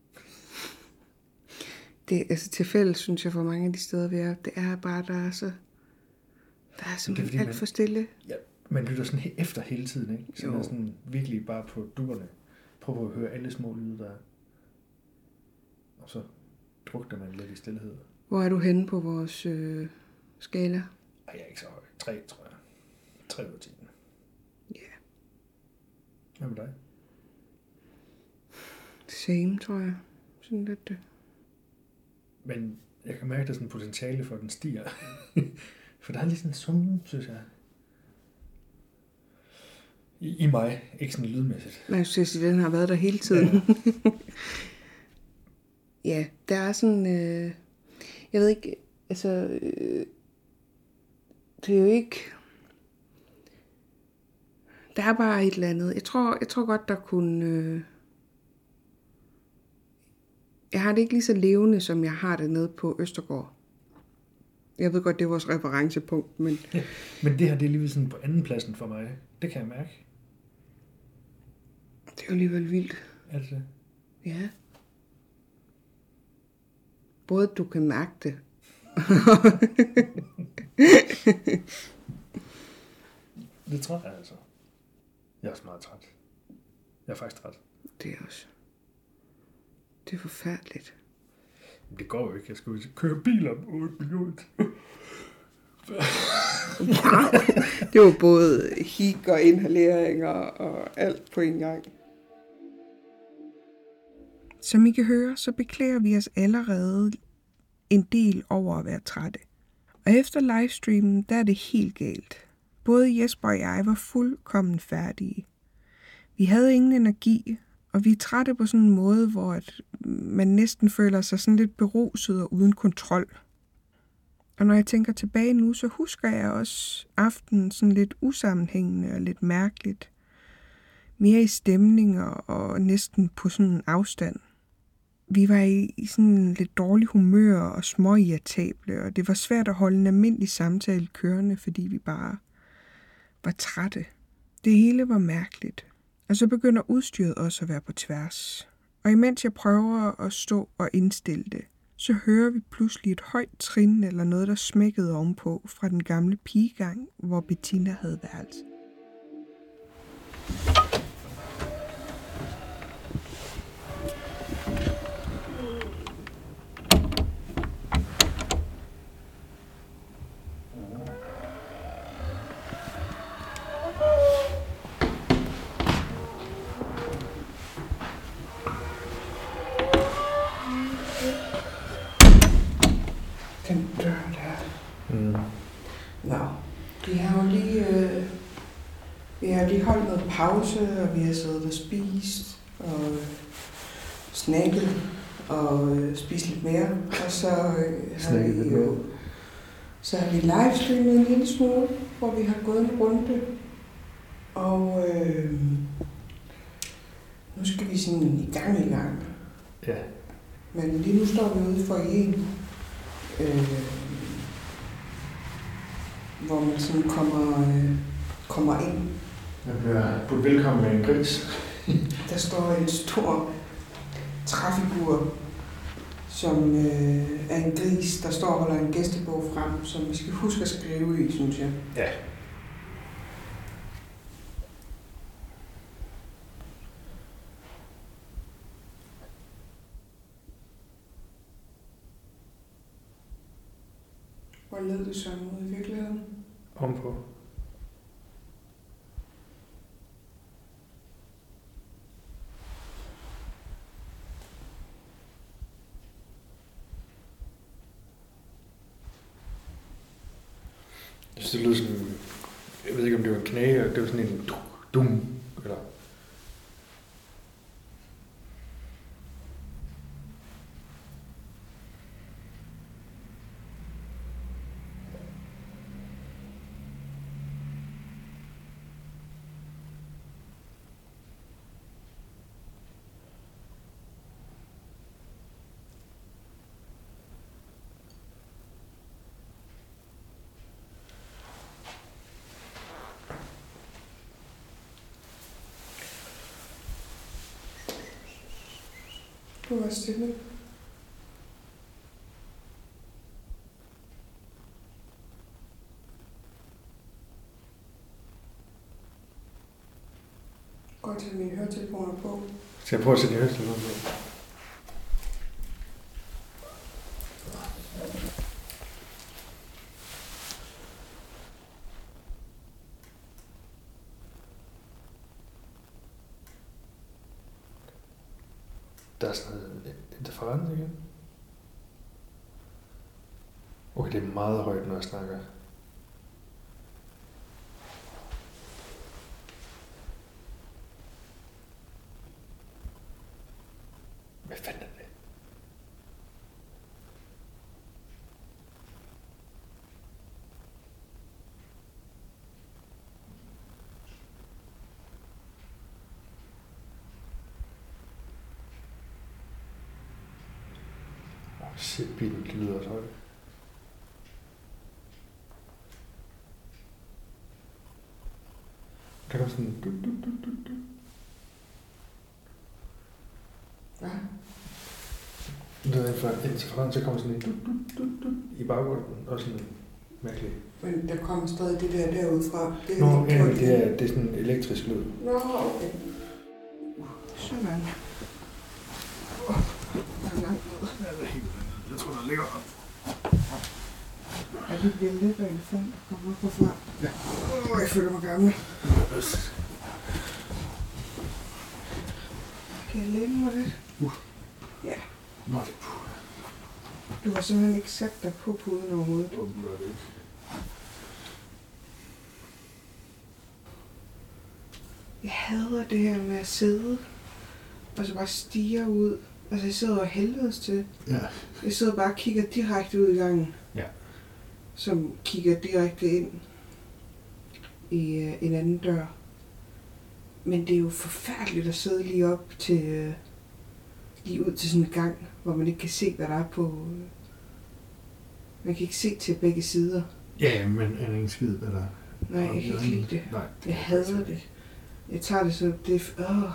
Speaker 3: Det altså til fælles, synes jeg, for mange af de steder, vi er. Det er bare, der er så... Der er simpelthen alt for stille.
Speaker 2: Ja, man lytter sådan he- efter hele tiden, ikke? Så
Speaker 3: Jo.
Speaker 2: man er sådan virkelig bare på duerne. Prøv at høre alle små lyde, der er. Og så drukner man lidt i stillhed.
Speaker 3: Hvor er du henne på vores øh, skala?
Speaker 2: Ej, jeg er ikke så høj. Tre, tror jeg. Tre ud af ti.
Speaker 3: Ja. Yeah.
Speaker 2: Hvad med dig?
Speaker 3: Same, tror jeg. Sådan lidt det.
Speaker 2: Men jeg kan mærke, at der er sådan potentiale for, at den stiger. For der er lige sådan en summen, synes jeg. I, I mig. Ikke sådan lydmæssigt.
Speaker 3: Man synes, at den har været der hele tiden. Ja, ja der er sådan... Øh, jeg ved ikke... Altså... Øh, det er jo ikke... Der er bare et eller andet. Jeg tror, jeg tror godt, der kunne... Øh, jeg har det ikke lige så levende, som jeg har det nede på Østergaard. Jeg ved godt, det er vores referencepunkt, men...
Speaker 2: Ja, men det her, det er lige sådan på anden pladsen for mig. Det kan jeg mærke.
Speaker 3: Det er jo alligevel vildt.
Speaker 2: Er det det?
Speaker 3: Ja. Både du kan mærke det.
Speaker 2: Det tror jeg altså. Jeg er også meget træt. Jeg er faktisk træt.
Speaker 3: Det er også... Det er forfærdeligt.
Speaker 2: Men det går jo ikke. Jeg skal jo køre bil om otte minutter.
Speaker 3: Wow. Det var både hik og inhaleringer og alt på en gang. Som I kan høre, så beklager vi os allerede en del over at være trætte. Og efter livestreamen, der er det helt galt. Både Jesper og jeg var fuldkommen færdige. Vi havde ingen energi, og vi er trætte på sådan en måde, hvor at man næsten føler sig sådan lidt beruset og uden kontrol. Og når jeg tænker tilbage nu, så husker jeg også aftenen sådan lidt usammenhængende og lidt mærkeligt. Mere i stemninger og næsten på sådan en afstand. Vi var i, i sådan lidt dårlig humør og småirritable, og det var svært at holde en almindelig samtale kørende, fordi vi bare var trætte. Det hele var mærkeligt. Og så begynder udstyret også at være på tværs. Og imens jeg prøver at stå og indstille det, så hører vi pludselig et højt trin eller noget, der smækkede ovenpå fra den gamle pigegang, hvor Bettina havde værelse. Den dør der.
Speaker 2: Mm.
Speaker 3: Nå, vi har jo lige, øh, vi har lige holdt noget pause, og vi har siddet og spist, og øh, snakket, og øh, spist lidt mere. Og så øh, har vi jo, så har vi livestreamet en lille smule, hvor vi har gået en runde. Og øh, nu skal vi sådan i gang i gang.
Speaker 2: Ja.
Speaker 3: Men lige nu står vi ude for en, øh, hvor man sådan kommer, øh, kommer ind.
Speaker 2: Jeg bliver budt velkommen med en gris.
Speaker 3: Der står en stor træfigur, som øh, er en gris, der står og holder en gæstebog frem, som vi skal huske at skrive i, synes jeg.
Speaker 2: Ja.
Speaker 3: Hvor lød det sådan ud i virkeligheden?
Speaker 2: Ovenpå. Jeg synes, det lød sådan... Jeg ved ikke, om det var en knæ, og det var sådan en dum, eller...
Speaker 3: Du var stille. Godt til mine høretelefoner på.
Speaker 2: Skal jeg prøve at sætte dine høretelefoner på? Der er sådan noget interferens igen. Okay, det er meget højt, når jeg snakker. Hvad fanden er det? Oh, shit, bilen lyder så højt. Der kommer sådan en du, du, du, du, du.
Speaker 3: Ja.
Speaker 2: Det er for interferens, så kommer sådan en du, du, du, du, i baggrunden, og sådan en mærkelig.
Speaker 3: Men der kommer stadig det der derudfra. Det
Speaker 2: Nå, ja, det er, det er sådan en elektrisk lyd.
Speaker 3: Nå, okay. Sådan. Oh, der er langt ned.
Speaker 2: Ja, det er helt jeg tror, der ligger op.
Speaker 3: Er det bliver lidt af elefant, der kommer op herfra? Ja. Åh, jeg føler mig gammel. Kan jeg læne mig lidt?
Speaker 2: Uh.
Speaker 3: Ja.
Speaker 2: Nå, det er puh.
Speaker 3: Du har simpelthen ikke sat dig på puden overhovedet.
Speaker 2: Åbenbart ikke.
Speaker 3: Jeg hader det her med at sidde og så bare stige ud. Altså, jeg sidder over helvedes til.
Speaker 2: Ja.
Speaker 3: Jeg sidder bare og kigger direkte ud i gangen.
Speaker 2: Ja.
Speaker 3: Som kigger direkte ind i uh, en anden dør. Men det er jo forfærdeligt at sidde lige op til, uh, lige ud til sådan en gang, hvor man ikke kan se, hvad der er på. Uh, man kan ikke se til begge sider.
Speaker 2: Ja, men er der ingen skid, hvad der er?
Speaker 3: Nej, jeg kan ikke lide det.
Speaker 2: Nej, det
Speaker 3: Jeg hader det. Jeg tager det så, det er, åh.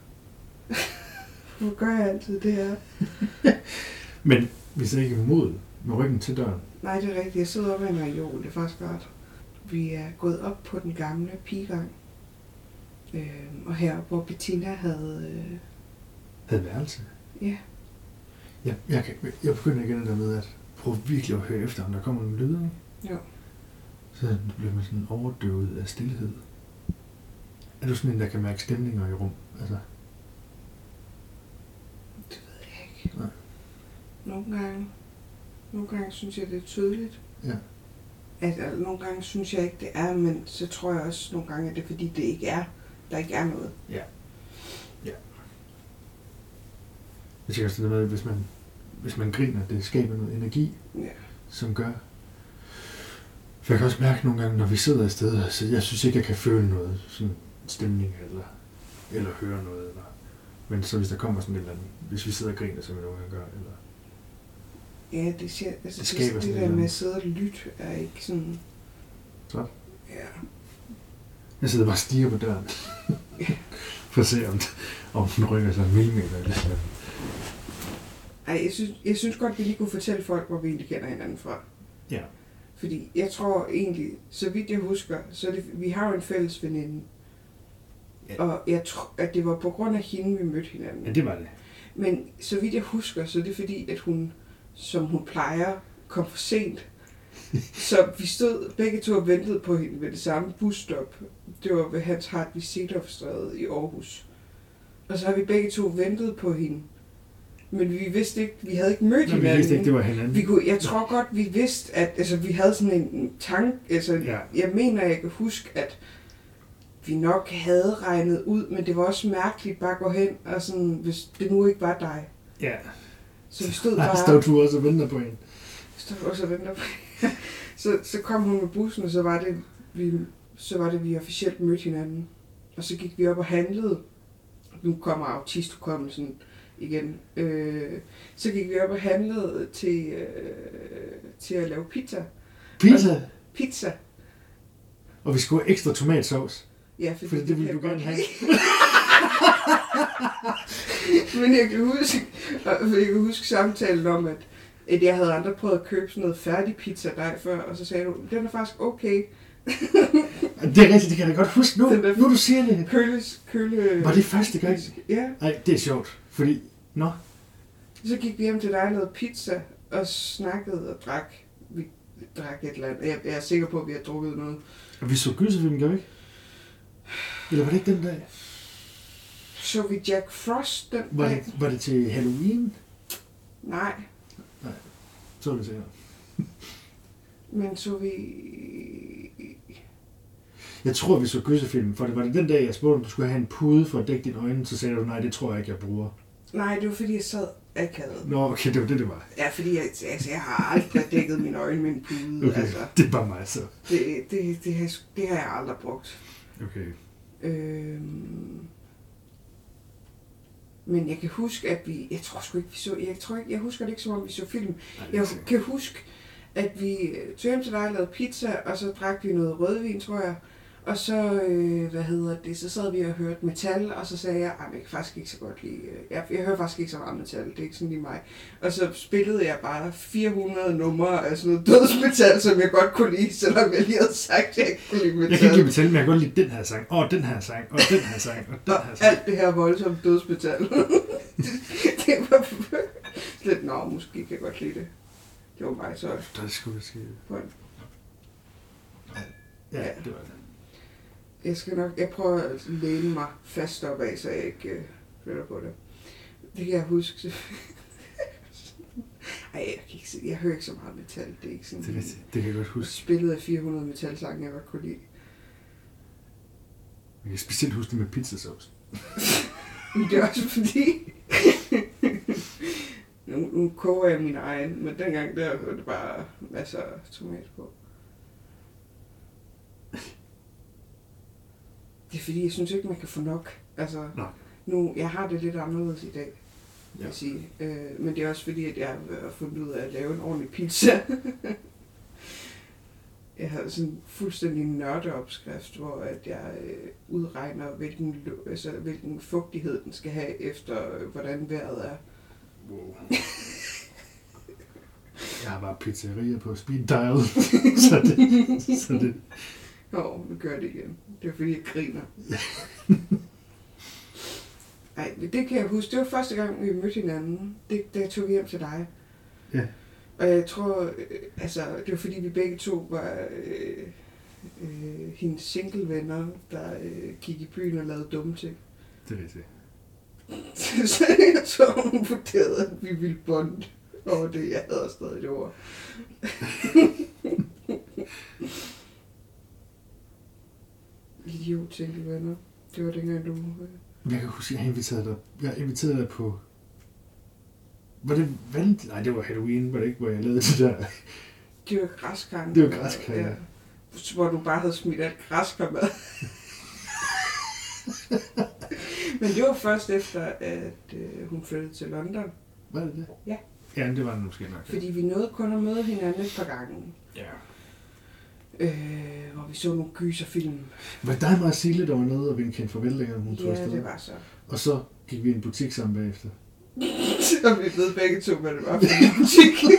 Speaker 3: Hvor gør jeg altid det her?
Speaker 2: Men vi sidder ikke imod med ryggen til døren.
Speaker 3: Nej, det er rigtigt. Jeg sidder oppe i en reol. Det er faktisk godt. Vi er gået op på den gamle pigegang. Øh, og her, hvor Bettina havde... Øh...
Speaker 2: Havde værelse?
Speaker 3: Ja.
Speaker 2: Jeg, jeg, kan, jeg begynder igen der med at prøve virkelig at høre efter, om der kommer nogle lyde.
Speaker 3: Jo.
Speaker 2: Så bliver man sådan overdøvet af stillhed. Er du sådan en, der kan mærke stemninger i rum? Altså...
Speaker 3: Det ved jeg ikke.
Speaker 2: Nej.
Speaker 3: Nogle gange... Nogle gange synes jeg, det er tydeligt.
Speaker 2: Ja.
Speaker 3: At, altså, nogle gange synes jeg ikke, det er, men så tror jeg også nogle gange, at det er, fordi det ikke er. Der ikke er noget.
Speaker 2: Ja. Ja. Jeg tænker også det med, hvis man, hvis man griner, det skaber noget energi,
Speaker 3: Ja.
Speaker 2: som gør... For jeg kan også mærke nogle gange, når vi sidder et sted, så jeg synes ikke, jeg kan føle noget, sådan stemning, eller, eller høre noget. Eller. Men så hvis der kommer sådan et eller andet, hvis vi sidder og griner, som vi nogle gange gør, eller...
Speaker 3: Ja, det, siger, altså,
Speaker 2: Det skaber
Speaker 3: det,
Speaker 2: sådan
Speaker 3: det
Speaker 2: et
Speaker 3: der med
Speaker 2: eller
Speaker 3: at sidde og lytte, er ikke sådan...
Speaker 2: Så?
Speaker 3: Ja.
Speaker 2: Jeg sidder bare og stiger på døren. For at se, om, om den rykker sig en millimeter eller sådan.
Speaker 3: Ej, jeg synes, jeg synes godt, vi lige kunne fortælle folk, hvor vi egentlig kender hinanden fra.
Speaker 2: Ja.
Speaker 3: Fordi jeg tror egentlig, så vidt jeg husker, så er det, vi har jo en fælles veninde.
Speaker 2: Ja.
Speaker 3: Og jeg tror, at det var på grund af hende, vi mødte hinanden.
Speaker 2: Ja, det var det.
Speaker 3: Men så vidt jeg husker, så er det fordi, at hun, som hun plejer, kom for sent. Så vi stod begge to og ventede på hende ved det samme busstop. Det var ved Hans Hartvig Seedorf-stræde i Aarhus. Og så har vi begge to ventet på hende. Men vi vidste ikke, vi havde ikke mødt
Speaker 2: Nå,
Speaker 3: hinanden.
Speaker 2: vi vidste ikke, det var hinanden.
Speaker 3: Vi kunne, jeg tror godt, vi vidste, at altså, vi havde sådan en tanke. Altså,
Speaker 2: Ja.
Speaker 3: Jeg mener, jeg kan huske, at vi nok havde regnet ud, men det var også mærkeligt bare at gå hen, og sådan, hvis det nu ikke var dig.
Speaker 2: Ja.
Speaker 3: Så vi stod
Speaker 2: Nej,
Speaker 3: bare...
Speaker 2: stod du også og venter på hende.
Speaker 3: stod også og venter på så, så kom hun med bussen, og så var det, vi, så var det, vi officielt mødte hinanden. Og så gik vi op og handlede. Nu kommer autisthukommelsen igen. Øh, så gik vi op og handlede til, øh, til at lave pizza.
Speaker 2: Pizza?
Speaker 3: Og, pizza.
Speaker 2: Og vi skulle have ekstra tomatsauce.
Speaker 3: Ja, fordi,
Speaker 2: Fordi det ville
Speaker 3: kan
Speaker 2: du
Speaker 3: jeg
Speaker 2: gerne
Speaker 3: godt
Speaker 2: have.
Speaker 3: lide. Men jeg kan huske, jeg kan huske samtalen om, at, at jeg havde aldrig prøvet at købe sådan noget færdig pizza dej før, og så sagde du, den er faktisk okay.
Speaker 2: Det er rigtigt, det kan jeg da godt huske nu,
Speaker 3: Der,
Speaker 2: nu du siger det.
Speaker 3: Køles, køle...
Speaker 2: Var det første gang?
Speaker 3: Ja.
Speaker 2: Nej, det er sjovt, fordi, nå.
Speaker 3: Så gik vi hjem til dig og lavede pizza, og snakkede og drak. Vi drak et eller andet. Jeg, jeg er sikker på, at vi har drukket noget.
Speaker 2: Og vi så gyserfilm, gør vi ikke? Eller var det ikke den dag?
Speaker 3: Så vi Jack Frost den
Speaker 2: Var
Speaker 3: dag?
Speaker 2: det, var det til Halloween?
Speaker 3: Nej.
Speaker 2: Nej, så var det sikkert.
Speaker 3: Men så vi...
Speaker 2: Jeg tror, vi så gyserfilm, for det var det den dag, jeg spurgte, om du skulle have en pude for at dække dine øjne, så sagde du, nej, det tror jeg ikke, jeg bruger.
Speaker 3: Nej, det var fordi, jeg sad akavet.
Speaker 2: Nå, okay, det var det, det var.
Speaker 3: Ja, fordi jeg, altså, jeg har aldrig dækket mine øjne med en pude.
Speaker 2: Okay,
Speaker 3: Altså,
Speaker 2: det er bare mig så.
Speaker 3: det, det, det, har, det har jeg aldrig brugt.
Speaker 2: Okay.
Speaker 3: Øhm, men jeg kan huske, at vi... Jeg tror sgu ikke, vi så... Jeg, tror ikke, jeg husker det ikke, som om vi så film.
Speaker 2: Nej,
Speaker 3: Jeg kan huske, at vi tog hjem til dig og lavede pizza, og så drak vi noget rødvin, tror jeg. Og så, øh, hvad hedder det, så sad vi og hørte metal, og så sagde jeg, at jeg kan faktisk ikke så godt lide, jeg, jeg hører faktisk ikke så meget metal, det er ikke sådan lige mig. Og så spillede jeg bare fire hundrede numre af sådan noget dødsmetal, som jeg godt kunne lide, selvom jeg lige havde sagt, at jeg ikke kunne lide metal.
Speaker 2: Jeg kan ikke lide metal, men jeg kan godt lide den her sang, og den her sang, og den her sang, og den her sang.
Speaker 3: Alt det her voldsomt dødsmetal. det, det var lidt, nå, måske kan jeg godt lide det. Det var mig så.
Speaker 2: Der skulle det ske. Ja, det var det.
Speaker 3: Jeg skal nok, jeg prøver at læne mig fast op af, så jeg ikke øh, flytter på det. Det kan jeg huske. Ej, jeg, kan ikke, jeg hører ikke så meget metal. Det er ikke sådan.
Speaker 2: Det, det, det kan jeg godt huske.
Speaker 3: Spillet af fire hundrede metalsange, jeg godt kunne lide.
Speaker 2: Jeg kan specielt huske det med pizzasauce.
Speaker 3: Men det er også fordi... nu, nu koger jeg min egen, men dengang der var det bare masser af tomat på. Det er fordi, jeg synes ikke, man kan få nok. Altså,
Speaker 2: Nej.
Speaker 3: nu, jeg har det lidt anderledes i dag, vil
Speaker 2: Ja.
Speaker 3: jeg sige. Øh, men det er også fordi, at jeg har fundet ud af at lave en ordentlig pizza. Jeg har sådan en fuldstændig nørdeopskrift, hvor at jeg øh, udregner, hvilken, altså, hvilken fugtighed den skal have, efter øh, hvordan vejret er.
Speaker 2: Wow. Jeg har bare pizzerier på speed dial, så det... Så det.
Speaker 3: Åh, nu gør det igen. Det er fordi, jeg griner. Ej, det kan jeg huske. Det var første gang, vi mødte hinanden. Det, da tog vi hjem til dig.
Speaker 2: Ja.
Speaker 3: Og jeg tror, øh, altså, det var fordi, vi begge to var øh, øh, hendes single-venner, der øh, gik i byen og lavede dumme ting.
Speaker 2: Det er rigtigt.
Speaker 3: Så jeg tror, hun vurderede, at vi ville bonde over det. Jeg havde også stadig det ord. Idiot single-venner. Det var dengang, du...
Speaker 2: Jeg kan huske, at jeg inviterede dig, jeg inviterede dig på... Var det valent? Nej, det var Halloween, var det ikke, hvor jeg lavede det der?
Speaker 3: Det var græskar.
Speaker 2: Det var græskar, ja.
Speaker 3: Hvor du bare havde smidt alt græskar med. Men det var først efter, at øh, hun flyttede til London.
Speaker 2: Var det det?
Speaker 3: Ja.
Speaker 2: Ja, det var det måske nok.
Speaker 3: Fordi vi nåede kun at møde hinanden et par gange.
Speaker 2: Ja.
Speaker 3: Øh, hvor vi så nogle gyserfilm.
Speaker 2: Var det dig, mig og Sille, der var nede og vinkede farvel, dengang hun tog
Speaker 3: Ja,
Speaker 2: afsted?
Speaker 3: det var så.
Speaker 2: Og så gik vi i en butik sammen bagefter.
Speaker 3: Og vi ved begge to, hvad det var for en butik.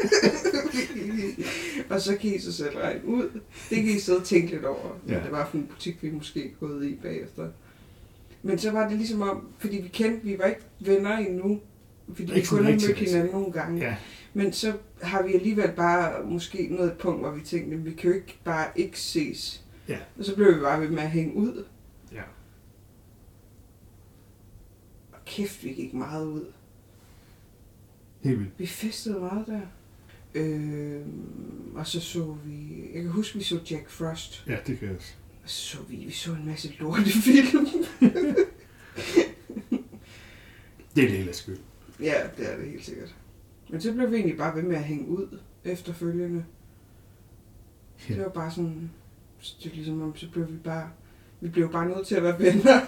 Speaker 3: Og så kan I så selv regne ud. Det kan I sidde og tænke lidt over, hvad
Speaker 2: Ja.
Speaker 3: det var for en butik, vi måske gået i bagefter. Men så var det ligesom om, fordi vi kendte, vi var ikke venner endnu, fordi vi
Speaker 2: Ikke sådan
Speaker 3: kun havde
Speaker 2: rigtig,
Speaker 3: mødt
Speaker 2: altså.
Speaker 3: hinanden nogle gange.
Speaker 2: Ja.
Speaker 3: Men så har vi alligevel bare måske nået et punkt, hvor vi tænkte, at vi kan jo ikke bare ikke ses.
Speaker 2: Ja.
Speaker 3: Og så blev vi bare ved med at hænge ud.
Speaker 2: Ja.
Speaker 3: Og kæft, vi gik meget ud.
Speaker 2: Helt vildt.
Speaker 3: Vi festede meget der. Øh, og så så vi... Jeg kan huske, vi så Jack Frost.
Speaker 2: Ja, det kan jeg også.
Speaker 3: Og så så vi, vi så en masse lortefilm.
Speaker 2: Det er Leilas skyld.
Speaker 3: Ja, det er det helt sikkert. Men så blev vi egentlig bare ved med at hænge ud efterfølgende.
Speaker 2: Ja.
Speaker 3: Det var bare sådan... Det var ligesom om, så blev vi bare... Vi blev bare nødt til at være venner.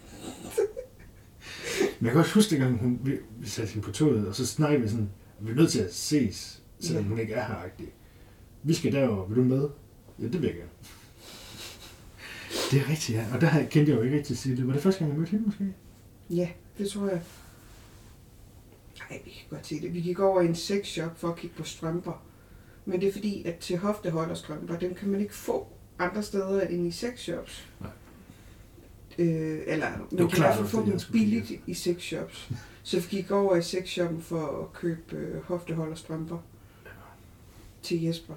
Speaker 2: Men jeg kan også huske, dengang hun, vi, vi satte hende på toget, og så snakkede vi sådan, vi er nødt til at ses, selvom
Speaker 3: Ja.
Speaker 2: hun ikke er her -agtig. Vi skal derover, vil du med? Ja, det vil jeg gerne. Det er rigtigt, ja. Og der kendte jeg jo ikke rigtig Sille. Var det første gang, jeg mødte hende måske?
Speaker 3: Ja, det tror jeg. Nej, vi kan godt se det. Vi gik over i en sexshop for at kigge på strømper. Men det er fordi, at til hofteholderstrømper, dem kan man ikke få andre steder end i sexshops.
Speaker 2: Nej.
Speaker 3: Øh, eller man kan
Speaker 2: klart,
Speaker 3: i hvert fald
Speaker 2: det
Speaker 3: få
Speaker 2: var det,
Speaker 3: dem
Speaker 2: jeg skulle
Speaker 3: billigt
Speaker 2: kigge
Speaker 3: i sexshops. Så vi gik over i sexshoppen for at købe øh, hofteholderstrømper
Speaker 2: Ja.
Speaker 3: til Jesper.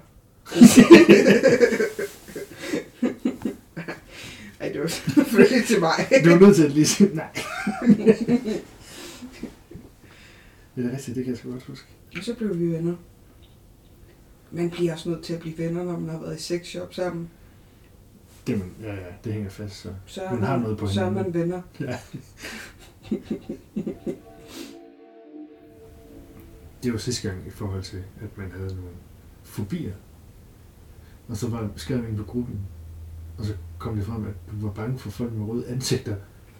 Speaker 3: Ej, det var selvfølgelig til mig.
Speaker 2: Det var nødt til at lige sige nej. Det er rigtigt, det kan jeg sgu godt huske.
Speaker 3: Og så blev vi venner. Man bliver også nødt til at blive venner, når man har været i sexshop sammen.
Speaker 2: Det, man, ja, ja, det hænger fast, så
Speaker 3: Så er
Speaker 2: man
Speaker 3: man,
Speaker 2: har noget på
Speaker 3: så er
Speaker 2: hinanden.
Speaker 3: man venner.
Speaker 2: Ja. Det var sidste gang i forhold til, at man havde nogle fobier. Og så var skrev vi ind på gruppen, og så kom det frem, at du var bange for folk med røde ansigter.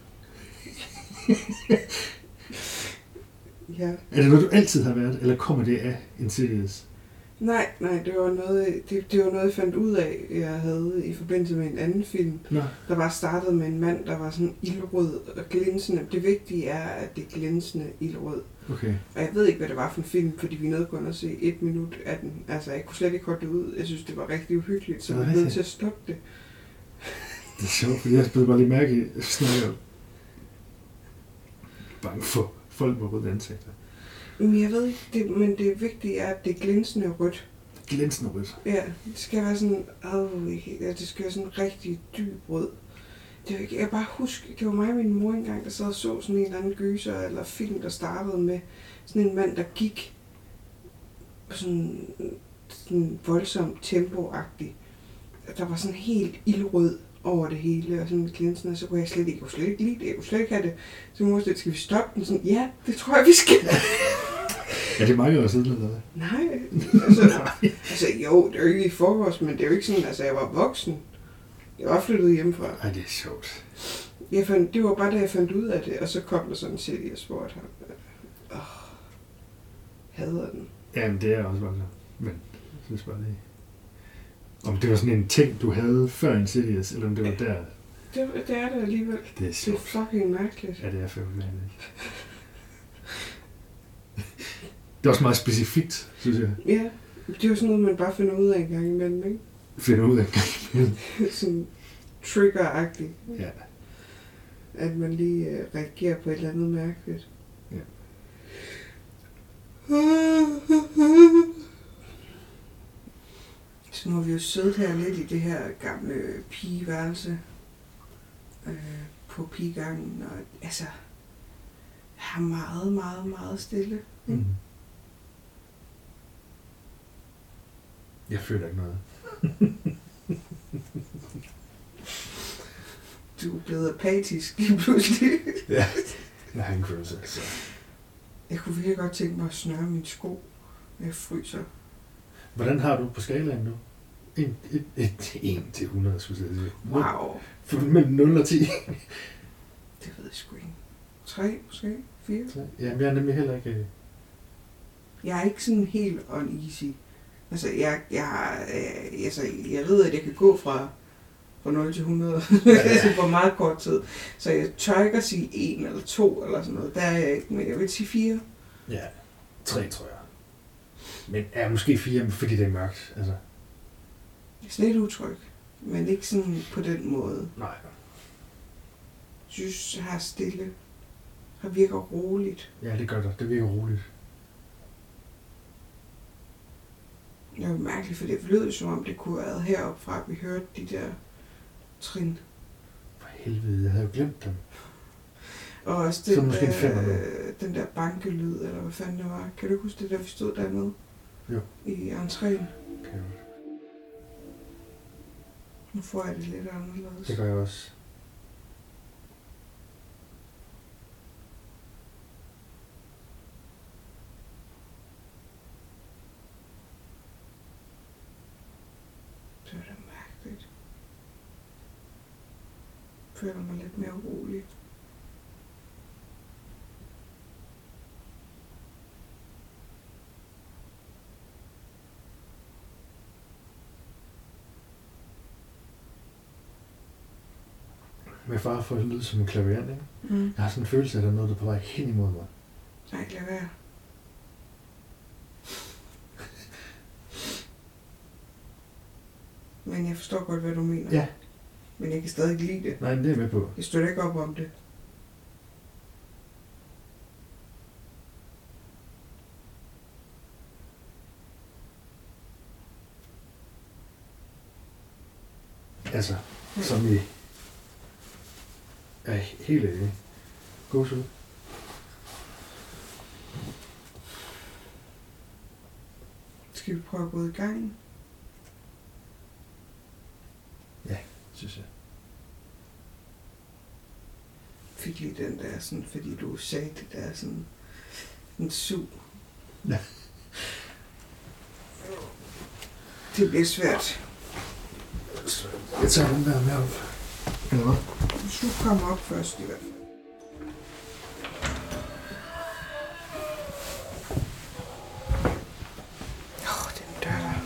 Speaker 3: Ja.
Speaker 2: Er det noget, du altid har været, eller kommer det af Insidious?
Speaker 3: Nej, nej, det var noget, det, det var noget, jeg fandt ud af, jeg havde i forbindelse med en anden film,
Speaker 2: Nå,
Speaker 3: der var startet med en mand, der var sådan ildrød og glinsende. Det vigtige er, at det er glinsende ildrød.
Speaker 2: okay.
Speaker 3: Og jeg ved ikke, hvad det var for en film, fordi vi nåede kun at se et minut af den. Altså, jeg kunne slet ikke holde det ud. Jeg synes, det var rigtig uhyggeligt, så
Speaker 2: Det var
Speaker 3: jeg blev nødt
Speaker 2: rigtigt.
Speaker 3: til at stoppe det.
Speaker 2: Det er sjovt, fordi jeg blev bare lige mærke i, at jeg snakker om bange for folk med røde ansigter.
Speaker 3: Men jeg ved ikke, det, men det vigtige er, at det er glinsende rødt.
Speaker 2: Glinsende rødt.
Speaker 3: Ja, det skal være sådan, åh, ja, det skal være sådan rigtig dyb rød. Det er jo ikke, jeg kan bare huske, det var mig og min mor engang, der sad og så sådan en eller anden gyser eller film, der startede med sådan en mand, der gik på sådan, sådan voldsomt tempo-agtigt. Der var sådan helt ildrød over det hele, og sådan glinsende, og så kunne jeg slet ikke, jeg kunne slet ikke lide det, jeg kunne slet ikke have det. Så mor sagde, skal vi stoppe den? Sådan, ja, det tror jeg, vi skal.
Speaker 2: Er det mange år siden, eller hvad?
Speaker 3: Nej, altså, altså jo, det er jo ikke i forgårs, men det er jo ikke sådan, altså jeg var voksen. Jeg var flyttet hjemmefra.
Speaker 2: Ej, det er sjovt.
Speaker 3: Jeg fandt, det var bare da jeg fandt ud af det, og så kom der sådan en serie, jeg spurgte ham. Åh, hader den.
Speaker 2: Jamen, det er også bare så. Men jeg synes bare lige... Om det var sådan en ting, du havde før Insidious, eller om det var der...
Speaker 3: Det, det er det alligevel.
Speaker 2: Det er
Speaker 3: Det er
Speaker 2: sjovt.
Speaker 3: fucking mærkeligt.
Speaker 2: Ja, det er fandme mærkeligt. Det er også meget specifikt, synes jeg.
Speaker 3: Ja, det er jo sådan noget, man bare finder ud af en gang imellem, ikke?
Speaker 2: Finder ud af en gang imellem.
Speaker 3: Sådan trigger-agtigt.
Speaker 2: Ja.
Speaker 3: At man lige øh, reagerer på et eller andet mærkeligt.
Speaker 2: Ja.
Speaker 3: Så nu har vi jo siddet her lidt i det her gamle pigeværelse øh, på pigegangen, og altså, er meget, meget, meget stille.
Speaker 2: Mm. Jeg føler ikke noget.
Speaker 3: Du er blevet apatisk lige pludselig.
Speaker 2: Ja. Jeg har ingen følelse. Så.
Speaker 3: Jeg kunne virkelig godt tænke mig at snøre mine sko, når jeg fryser.
Speaker 2: Hvordan har du på skalaen nu? en til hundrede, skulle jeg sige.
Speaker 3: Wow,
Speaker 2: For mellem nul og ti.
Speaker 3: det ved jeg sgu ikke. tre, måske? fire?
Speaker 2: Ja, men jeg er nemlig heller ikke...
Speaker 3: Jeg er ikke sådan helt uneasy. Altså, jeg, jeg, øh, altså, jeg ved, at jeg kan gå fra, fra nul til hundrede altså, på meget kort tid. Så jeg tør ikke at sige en eller to eller sådan noget. Der er jeg ikke, men jeg vil sige fire.
Speaker 2: Ja, tre tror jeg. Men er ja, måske fire, fordi det er mørkt. Altså.
Speaker 3: Jeg er slet utryg, men ikke sådan på den måde.
Speaker 2: Nej.
Speaker 3: Jeg synes, jeg har stille. Har virker roligt.
Speaker 2: Ja, det gør det. Det virker roligt.
Speaker 3: Det er jo mærkeligt, for det lød som om, det kunne have været heroppe fra, at vi hørte de der trin.
Speaker 2: For helvede, jeg havde jo glemt dem.
Speaker 3: Og også
Speaker 2: Så
Speaker 3: den,
Speaker 2: måske en femmer nu.
Speaker 3: der, den der bankelyd, eller hvad fanden det var. Kan du huske det, der vi stod dernede?
Speaker 2: Jo.
Speaker 3: I entréen.
Speaker 2: Okay.
Speaker 3: Nu får jeg det lidt anderledes.
Speaker 2: Det gør jeg også.
Speaker 3: Det er da mærkeligt. Jeg føler mig lidt mere rolig.
Speaker 2: med far for at lyde som en klaverant, ikke?
Speaker 3: Mm.
Speaker 2: Jeg har sådan en følelse af, at der er noget, der er på vej hen imod mig.
Speaker 3: Nej, lad være. Men jeg forstår godt, hvad du mener.
Speaker 2: Ja.
Speaker 3: Men jeg kan stadig ikke lide det.
Speaker 2: Nej, det er jeg med på.
Speaker 3: Jeg støtter ikke op om det.
Speaker 2: Altså, som i... er helt enig. Gåsehud.
Speaker 3: Skal vi prøve at gå i gang?
Speaker 2: Ja, synes jeg.
Speaker 3: Fik lige den der sådan, fordi du sagde det der sådan en sug.
Speaker 2: Ja.
Speaker 3: Det bliver svært.
Speaker 2: Jeg tager den der med op. Eller hvad?
Speaker 3: Hvis du kommer op først i hvert fald. Åh, den dør der.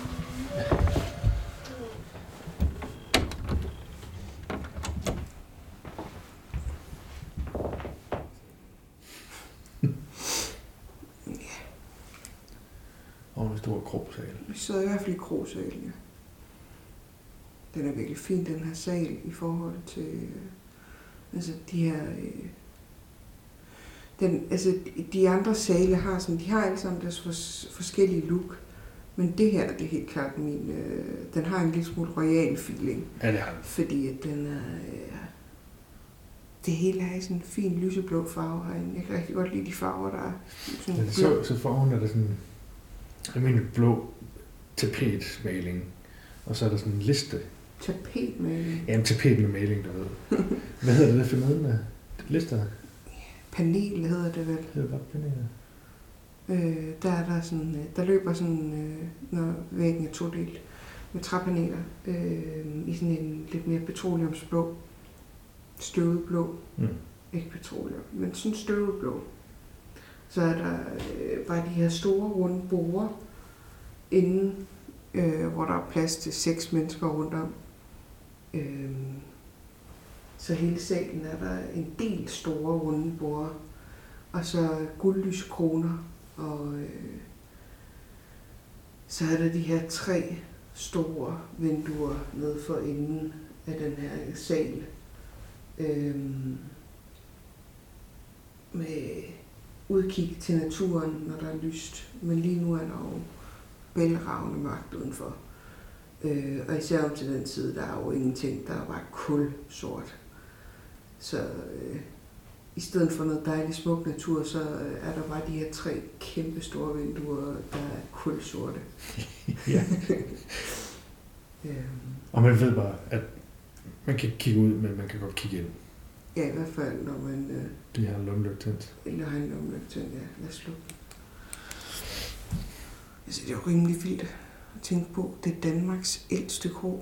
Speaker 2: Og en stor krogssal.
Speaker 3: Vi sidder i hvert fald i krogsalen, ja. Den er virkelig fin, den her sal, i forhold til øh, altså de her... Øh, den, altså de andre sale har sådan, de har alle sammen deres fors, forskellige look. Men det her, det er helt klart min... Øh, den har en lille smule royal feeling.
Speaker 2: Ja, det har den.
Speaker 3: Fordi at den er... Øh, det hele er i sådan en fin lyseblå farve herinde. Jeg kan rigtig godt lide de farver, der er sådan
Speaker 2: Ja, så, så forhånd er der sådan almindelig blå tapetmaling. Og så er der sådan en liste.
Speaker 3: Tapetmaling?
Speaker 2: Ja, en tapet med maling, du ved. Hvad hedder det der for noget med lister?
Speaker 3: Panel hedder det vel.
Speaker 2: Det hedder bare paneler.
Speaker 3: Øh, der er der sådan, øh, der løber sådan, øh, når væggen er todelt, med træpaneler, øh, i sådan en lidt mere petroleumsblå, støvet blå,
Speaker 2: Mm.
Speaker 3: ikke petroleum, men sådan støvet blå. Så er der øh, bare de her store runde borde inden, øh, hvor der er plads til seks mennesker rundt om. Øh, så hele salen er der en del store runde borde, og så guldlyskroner, og øh, så er der de her tre store vinduer nede for enden af den her sal. Øh, med udkig til naturen, når der er lyst. Men lige nu er der jo bælragende mørkt udenfor. Øh, og især om til den side, der er jo ingenting, der er bare kul sort. Så øh, i stedet for noget dejligt smuk natur, så øh, er der bare de her tre kæmpe store vinduer, der er kul sorte.
Speaker 2: Ja.
Speaker 3: øhm,
Speaker 2: Og man ved bare, at man kan kigge ud, men man kan godt kigge ind.
Speaker 3: ja, i hvert fald, når man... Øh,
Speaker 2: De har lommelygte tændt.
Speaker 3: eller har en lommelygte tændt, ja. Lad os slukke. Altså, det er jo rimelig vildt at tænke på. Det er Danmarks ældste kro.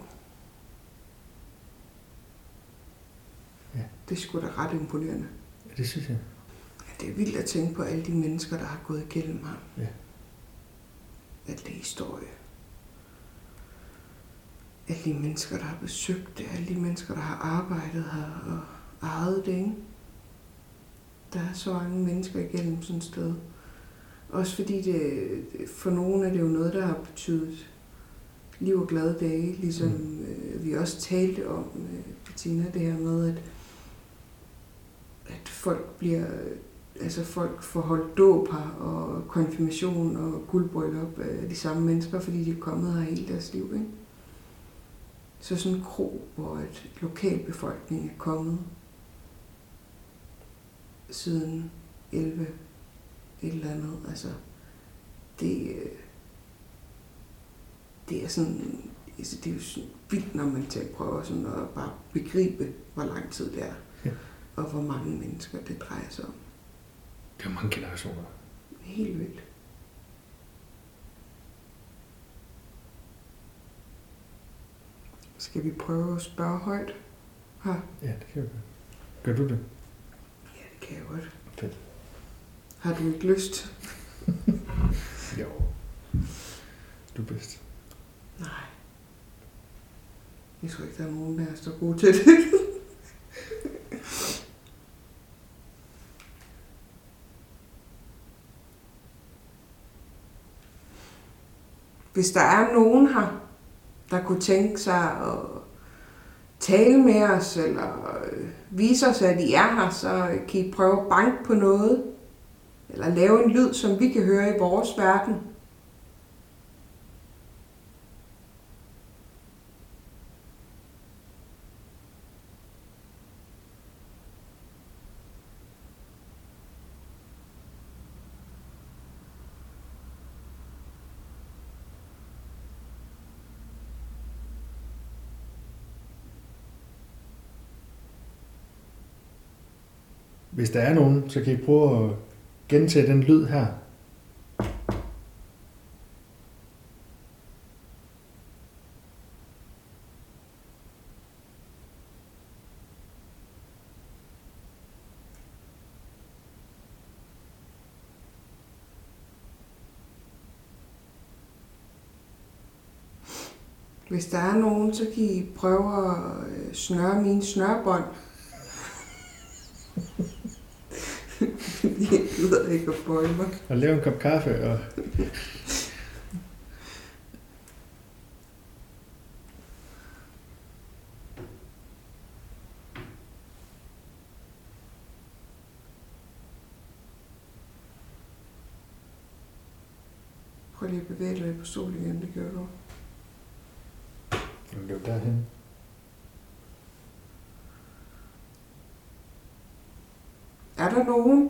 Speaker 2: Ja.
Speaker 3: Det er sgu da ret imponerende.
Speaker 2: Ja, det synes jeg.
Speaker 3: Ja, det er vildt at tænke på alle de mennesker, der har gået igennem her.
Speaker 2: Ja.
Speaker 3: Alt det historie. Alle de mennesker, der har besøgt det. Alle de mennesker, der har arbejdet her og ejet det, ikke? Der er så mange mennesker igennem sådan et sted. Også fordi det, for nogle er det jo noget, der har betydet liv og glade dage. Ligesom mm. øh, vi også talte om, øh, Bettina, det her med, at, at folk bliver... Altså folk får holdt dåb her, og konfirmation og guldbryllup af de samme mennesker, fordi de er kommet her hele deres liv, ikke? Så sådan en kro, hvor et lokalbefolkning er kommet siden elleve et eller andet, altså det, det er sådan, altså det er jo sådan vildt, når man til at prøve sådan at bare begribe, hvor lang tid det er,
Speaker 2: ja.
Speaker 3: Og hvor mange mennesker det drejer sig om.
Speaker 2: Det er mange generationer.
Speaker 3: Helt vildt. Skal vi prøve at spørge højt her?
Speaker 2: Ja, det kan jeg gøre. Gør du det?
Speaker 3: Ja, det kan jeg godt.
Speaker 2: Fedt.
Speaker 3: Har du ikke lyst?
Speaker 2: Jo. Du er bedst.
Speaker 3: Nej. Jeg tror ikke, der er nogen, der er så gode til det. hvis der er nogen her, der kunne tænke sig at tale med os, eller vise os, at I er her, så kan I prøve at banke på noget, eller lave en lyd, som vi kan høre i vores verden.
Speaker 2: Hvis der er nogen, så kan I prøve at gentage den lyd her.
Speaker 3: Hvis der er nogen, så kan I prøve at snøre mine snørbånd. Jeg gider ikke at bøje mig.
Speaker 2: Og lave en kop kaffe og...
Speaker 3: Prøv lige at bevæge dig lidt på stolen igen, det gør du.
Speaker 2: Nu løb derhen.
Speaker 3: Er der nogen?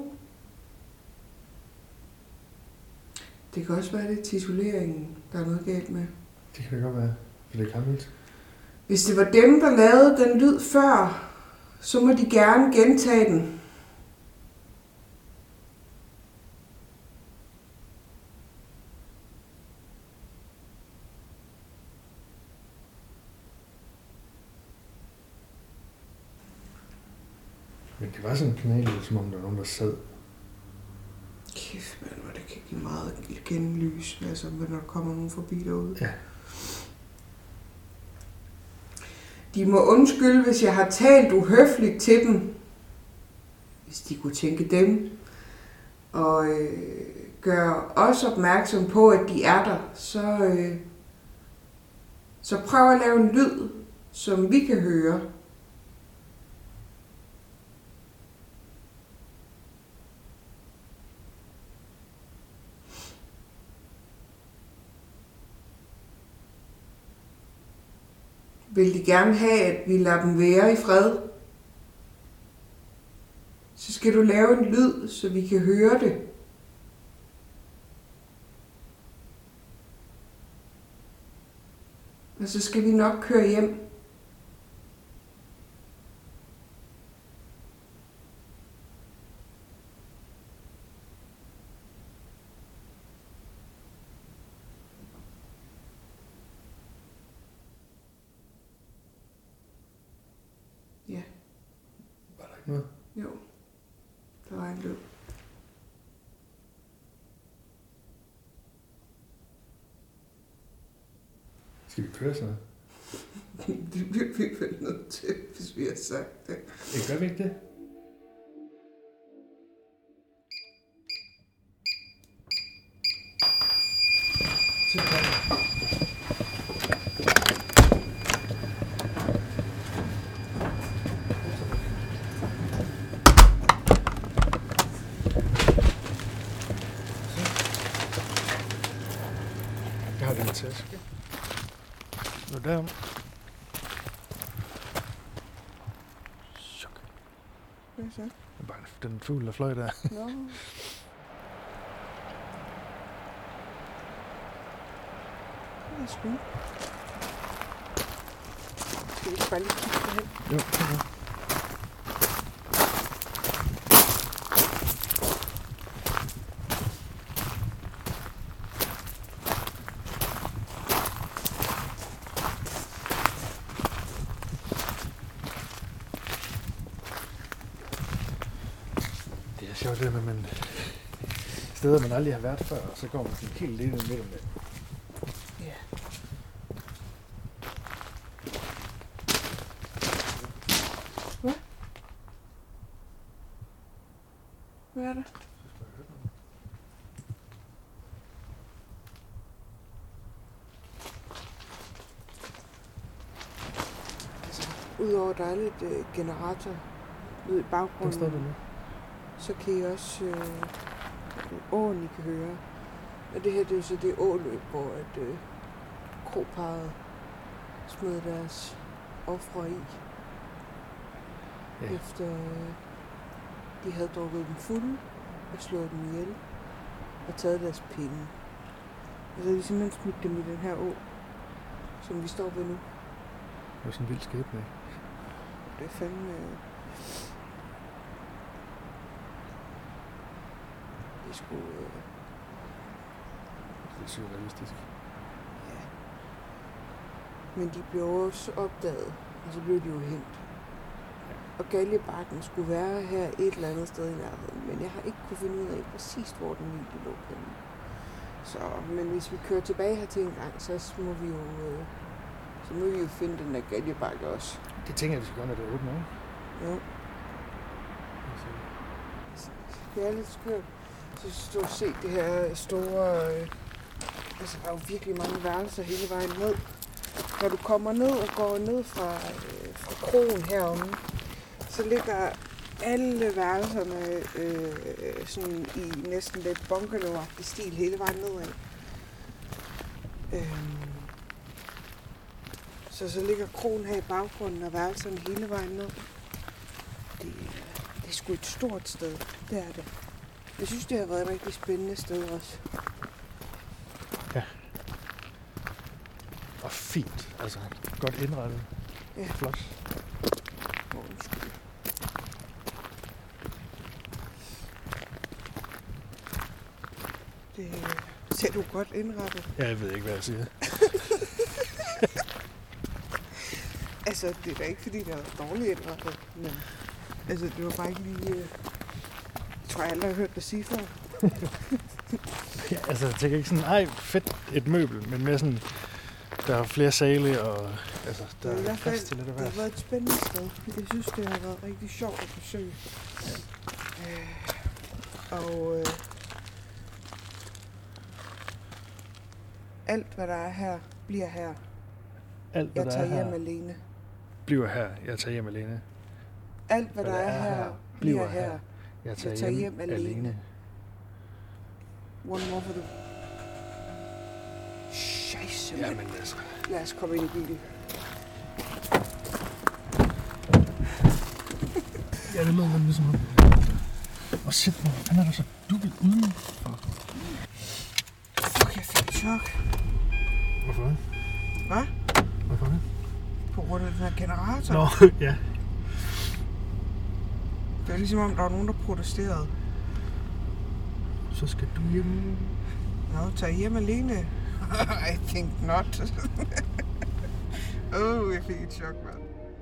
Speaker 3: Det kan også være det tituleringen, der er noget galt med.
Speaker 2: Det kan det godt være, for det er gammelt.
Speaker 3: Hvis det var dem, der lavede den lyd før, så må de gerne gentage den.
Speaker 2: Men det var sådan en kanal, som om der var nogen, der sad.
Speaker 3: Kæft, mand, hvor det kan give meget genlys, altså, når der kommer nogen forbi derude.
Speaker 2: Ja.
Speaker 3: De må undskylde, hvis jeg har talt uhøfligt til dem, hvis de kunne tænke dem, og øh, gøre os opmærksom på, at de er der, så, øh, så prøv at lave en lyd, som vi kan høre. Vil de gerne have, at vi lader dem være i fred, så skal du lave en lyd, så vi kan høre det. Og så skal vi nok køre hjem. Ja.
Speaker 2: Var der ikke noget?
Speaker 3: Jo. Der var en lyd.
Speaker 2: Skal vi køre så?
Speaker 3: Det bliver vi vel nødt til, hvis vi har sagt det.
Speaker 2: Det gør vi ikke det? Så kom. Jeg har den taske. Nu derom. Chok.
Speaker 3: Hvad så?
Speaker 2: Det er bare den fugl, der fløj der.
Speaker 3: Nå. Det er sgu. Skal vi ikke bare lige kigge derhen?
Speaker 2: Jo, okay. Det er sjovt det med, man steder, man aldrig har været før, og så går man sådan helt lidt midt om det.
Speaker 3: Ja. Hvad? Hvad er det? Udover at der er lidt øh, generator ude i baggrunden.
Speaker 2: Den står der nu.
Speaker 3: Så kan I også øh, åen, I kan høre. Og det her, det er jo så det åløb, hvor at øh, kroparret smed deres ofre i.
Speaker 2: Ja.
Speaker 3: Efter øh, de havde drukket dem fulde og slået dem ihjel og taget deres penge. Og så havde de simpelthen smidt dem i den her å, som vi står ved nu.
Speaker 2: Det var sådan en vild skæbne.
Speaker 3: Det er fandme... Det er sgu... Øh...
Speaker 2: Det er surrealistisk.
Speaker 3: Ja. Men de blev også opdaget, og så blev de jo hent. Og galjebakken skulle være her et eller andet sted i nærheden, men jeg har ikke kunne finde ud af præcis, hvor den egentlig lå henne. Så, men hvis vi kører tilbage her til en gang, så må vi jo, øh, så må vi jo finde den der galjebakke også.
Speaker 2: Det tænker jeg, vi skal gøre, når det er otte morgen.
Speaker 3: Jo. Det er lidt skørt. Så stå og se det her store... Øh, altså, der er jo virkelig mange værelser hele vejen ned. Når du kommer ned og går ned fra, øh, fra krogen heromme, så ligger alle værelserne øh, sådan i næsten lidt bungalow-agtig stil hele vejen nedad. Øhm, så så ligger krogen her i baggrunden og værelserne hele vejen ned. Det, det er sgu et stort sted, det er det. Jeg synes, det har været et rigtig spændende sted også.
Speaker 2: Ja. Og fint, altså godt indrettet.
Speaker 3: Ja.
Speaker 2: Flot.
Speaker 3: Oh, undskyld. Det ser du godt indrettet.
Speaker 2: Ja, jeg ved ikke, hvad jeg siger.
Speaker 3: Altså, det er da ikke, fordi det har været dårligt indrettet, men altså, det var bare ikke lige... Øh... Jeg tror, jeg aldrig har hørt dig sige før.
Speaker 2: Ja, altså, jeg tænker ikke sådan, ej, fedt et møbel, men mere sådan, der er flere sale, og altså, der
Speaker 3: det er,
Speaker 2: er plads til lidt af
Speaker 3: det har
Speaker 2: hvert.
Speaker 3: været et spændende sted. Jeg synes, det har været rigtig sjovt at besøge. Øh, og øh, alt, hvad der er her, bliver her.
Speaker 2: Alt, hvad
Speaker 3: Jeg
Speaker 2: der
Speaker 3: tager
Speaker 2: er
Speaker 3: hjem
Speaker 2: her,
Speaker 3: alene.
Speaker 2: bliver her. Jeg tager hjem alene.
Speaker 3: Alt, hvad der er her, bliver her.
Speaker 2: Jeg tager,
Speaker 3: Jeg tager
Speaker 2: hjem,
Speaker 3: hjem alene.
Speaker 2: alene.
Speaker 3: One more for du. Scheisse, mand.
Speaker 2: Jamen altså.
Speaker 3: Lad os komme ind i bilen.
Speaker 2: Ja, det lød nemlig som om. Og shit, han er der så dukket udenfor.
Speaker 3: Fuck, jeg fik et chok.
Speaker 2: Hvorfor det?
Speaker 3: Hvad?
Speaker 2: Hvorfor det?
Speaker 3: På grund af den her generator.
Speaker 2: Nå, ja.
Speaker 3: Det er ligesom om, der var nogen, der protesterede.
Speaker 2: Så skal du hjem.
Speaker 3: Nå, tag hjem alene. I think not. Åh, oh, jeg fik et chok, mand.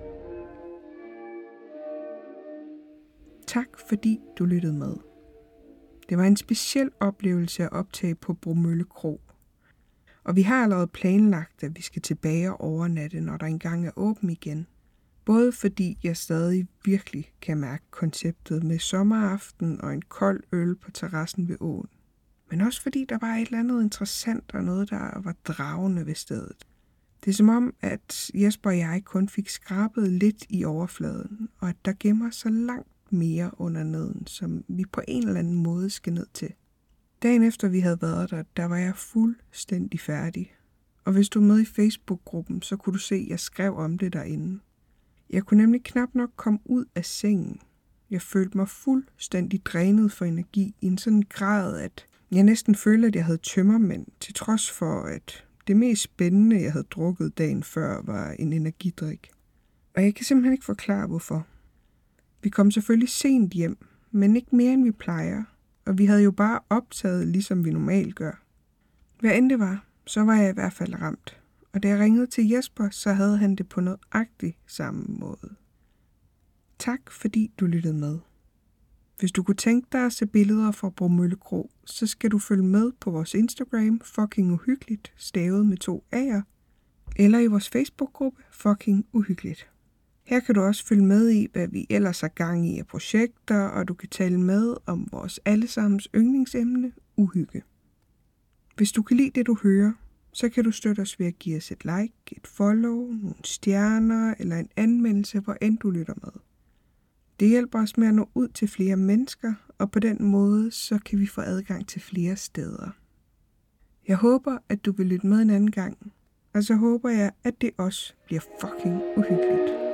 Speaker 3: Tak fordi du lyttede med. Det var en speciel oplevelse at optage på Bromølle Kro. Og vi har allerede planlagt, at vi skal tilbage og overnatte, når der engang er åben igen. Både fordi jeg stadig virkelig kan mærke konceptet med sommeraften og en kold øl på terrassen ved åen. Men også fordi der var et eller andet interessant og noget, der var dragende ved stedet. Det er som om, at Jesper og jeg kun fik skrabet lidt i overfladen, og at der gemmer så langt mere under neden, som vi på en eller anden måde skal ned til. Dagen efter vi havde været der, der var jeg fuldstændig færdig. Og hvis du er med i Facebook-gruppen, så kunne du se, at jeg skrev om det derinde. Jeg kunne nemlig knap nok komme ud af sengen. Jeg følte mig fuldstændig drænet for energi i en sådan grad, at jeg næsten følte, at jeg havde tømmermænd, til trods for, at det mest spændende, jeg havde drukket dagen før, var en energidrik. Og jeg kan simpelthen ikke forklare, hvorfor. Vi kom selvfølgelig sent hjem, men ikke mere, end vi plejer. Og vi havde jo bare optaget, ligesom vi normalt gør. Hvad end det var, så var jeg i hvert fald ramt. Og da jeg ringede til Jesper, så havde han det på nøjagtigt samme måde. Tak fordi du lyttede med. Hvis du kunne tænke dig at se billeder fra Bromølle Kro, så skal du følge med på vores Instagram, fucking uhyggeligt, stavet med to A'er, eller i vores Facebook-gruppe, fucking uhyggeligt. Her kan du også følge med i, hvad vi ellers har gang i af projekter, og du kan tale med om vores allesammens yndlingsemne, uhygge. Hvis du kan lide det, du hører, så kan du støtte os ved at give os et like, et follow, nogle stjerner eller en anmeldelse, hvor end du lytter med. Det hjælper os med at nå ud til flere mennesker, og på den måde, så kan vi få adgang til flere steder. Jeg håber, at du vil lytte med en anden gang, og så håber jeg, at det også bliver fucking uhyggeligt.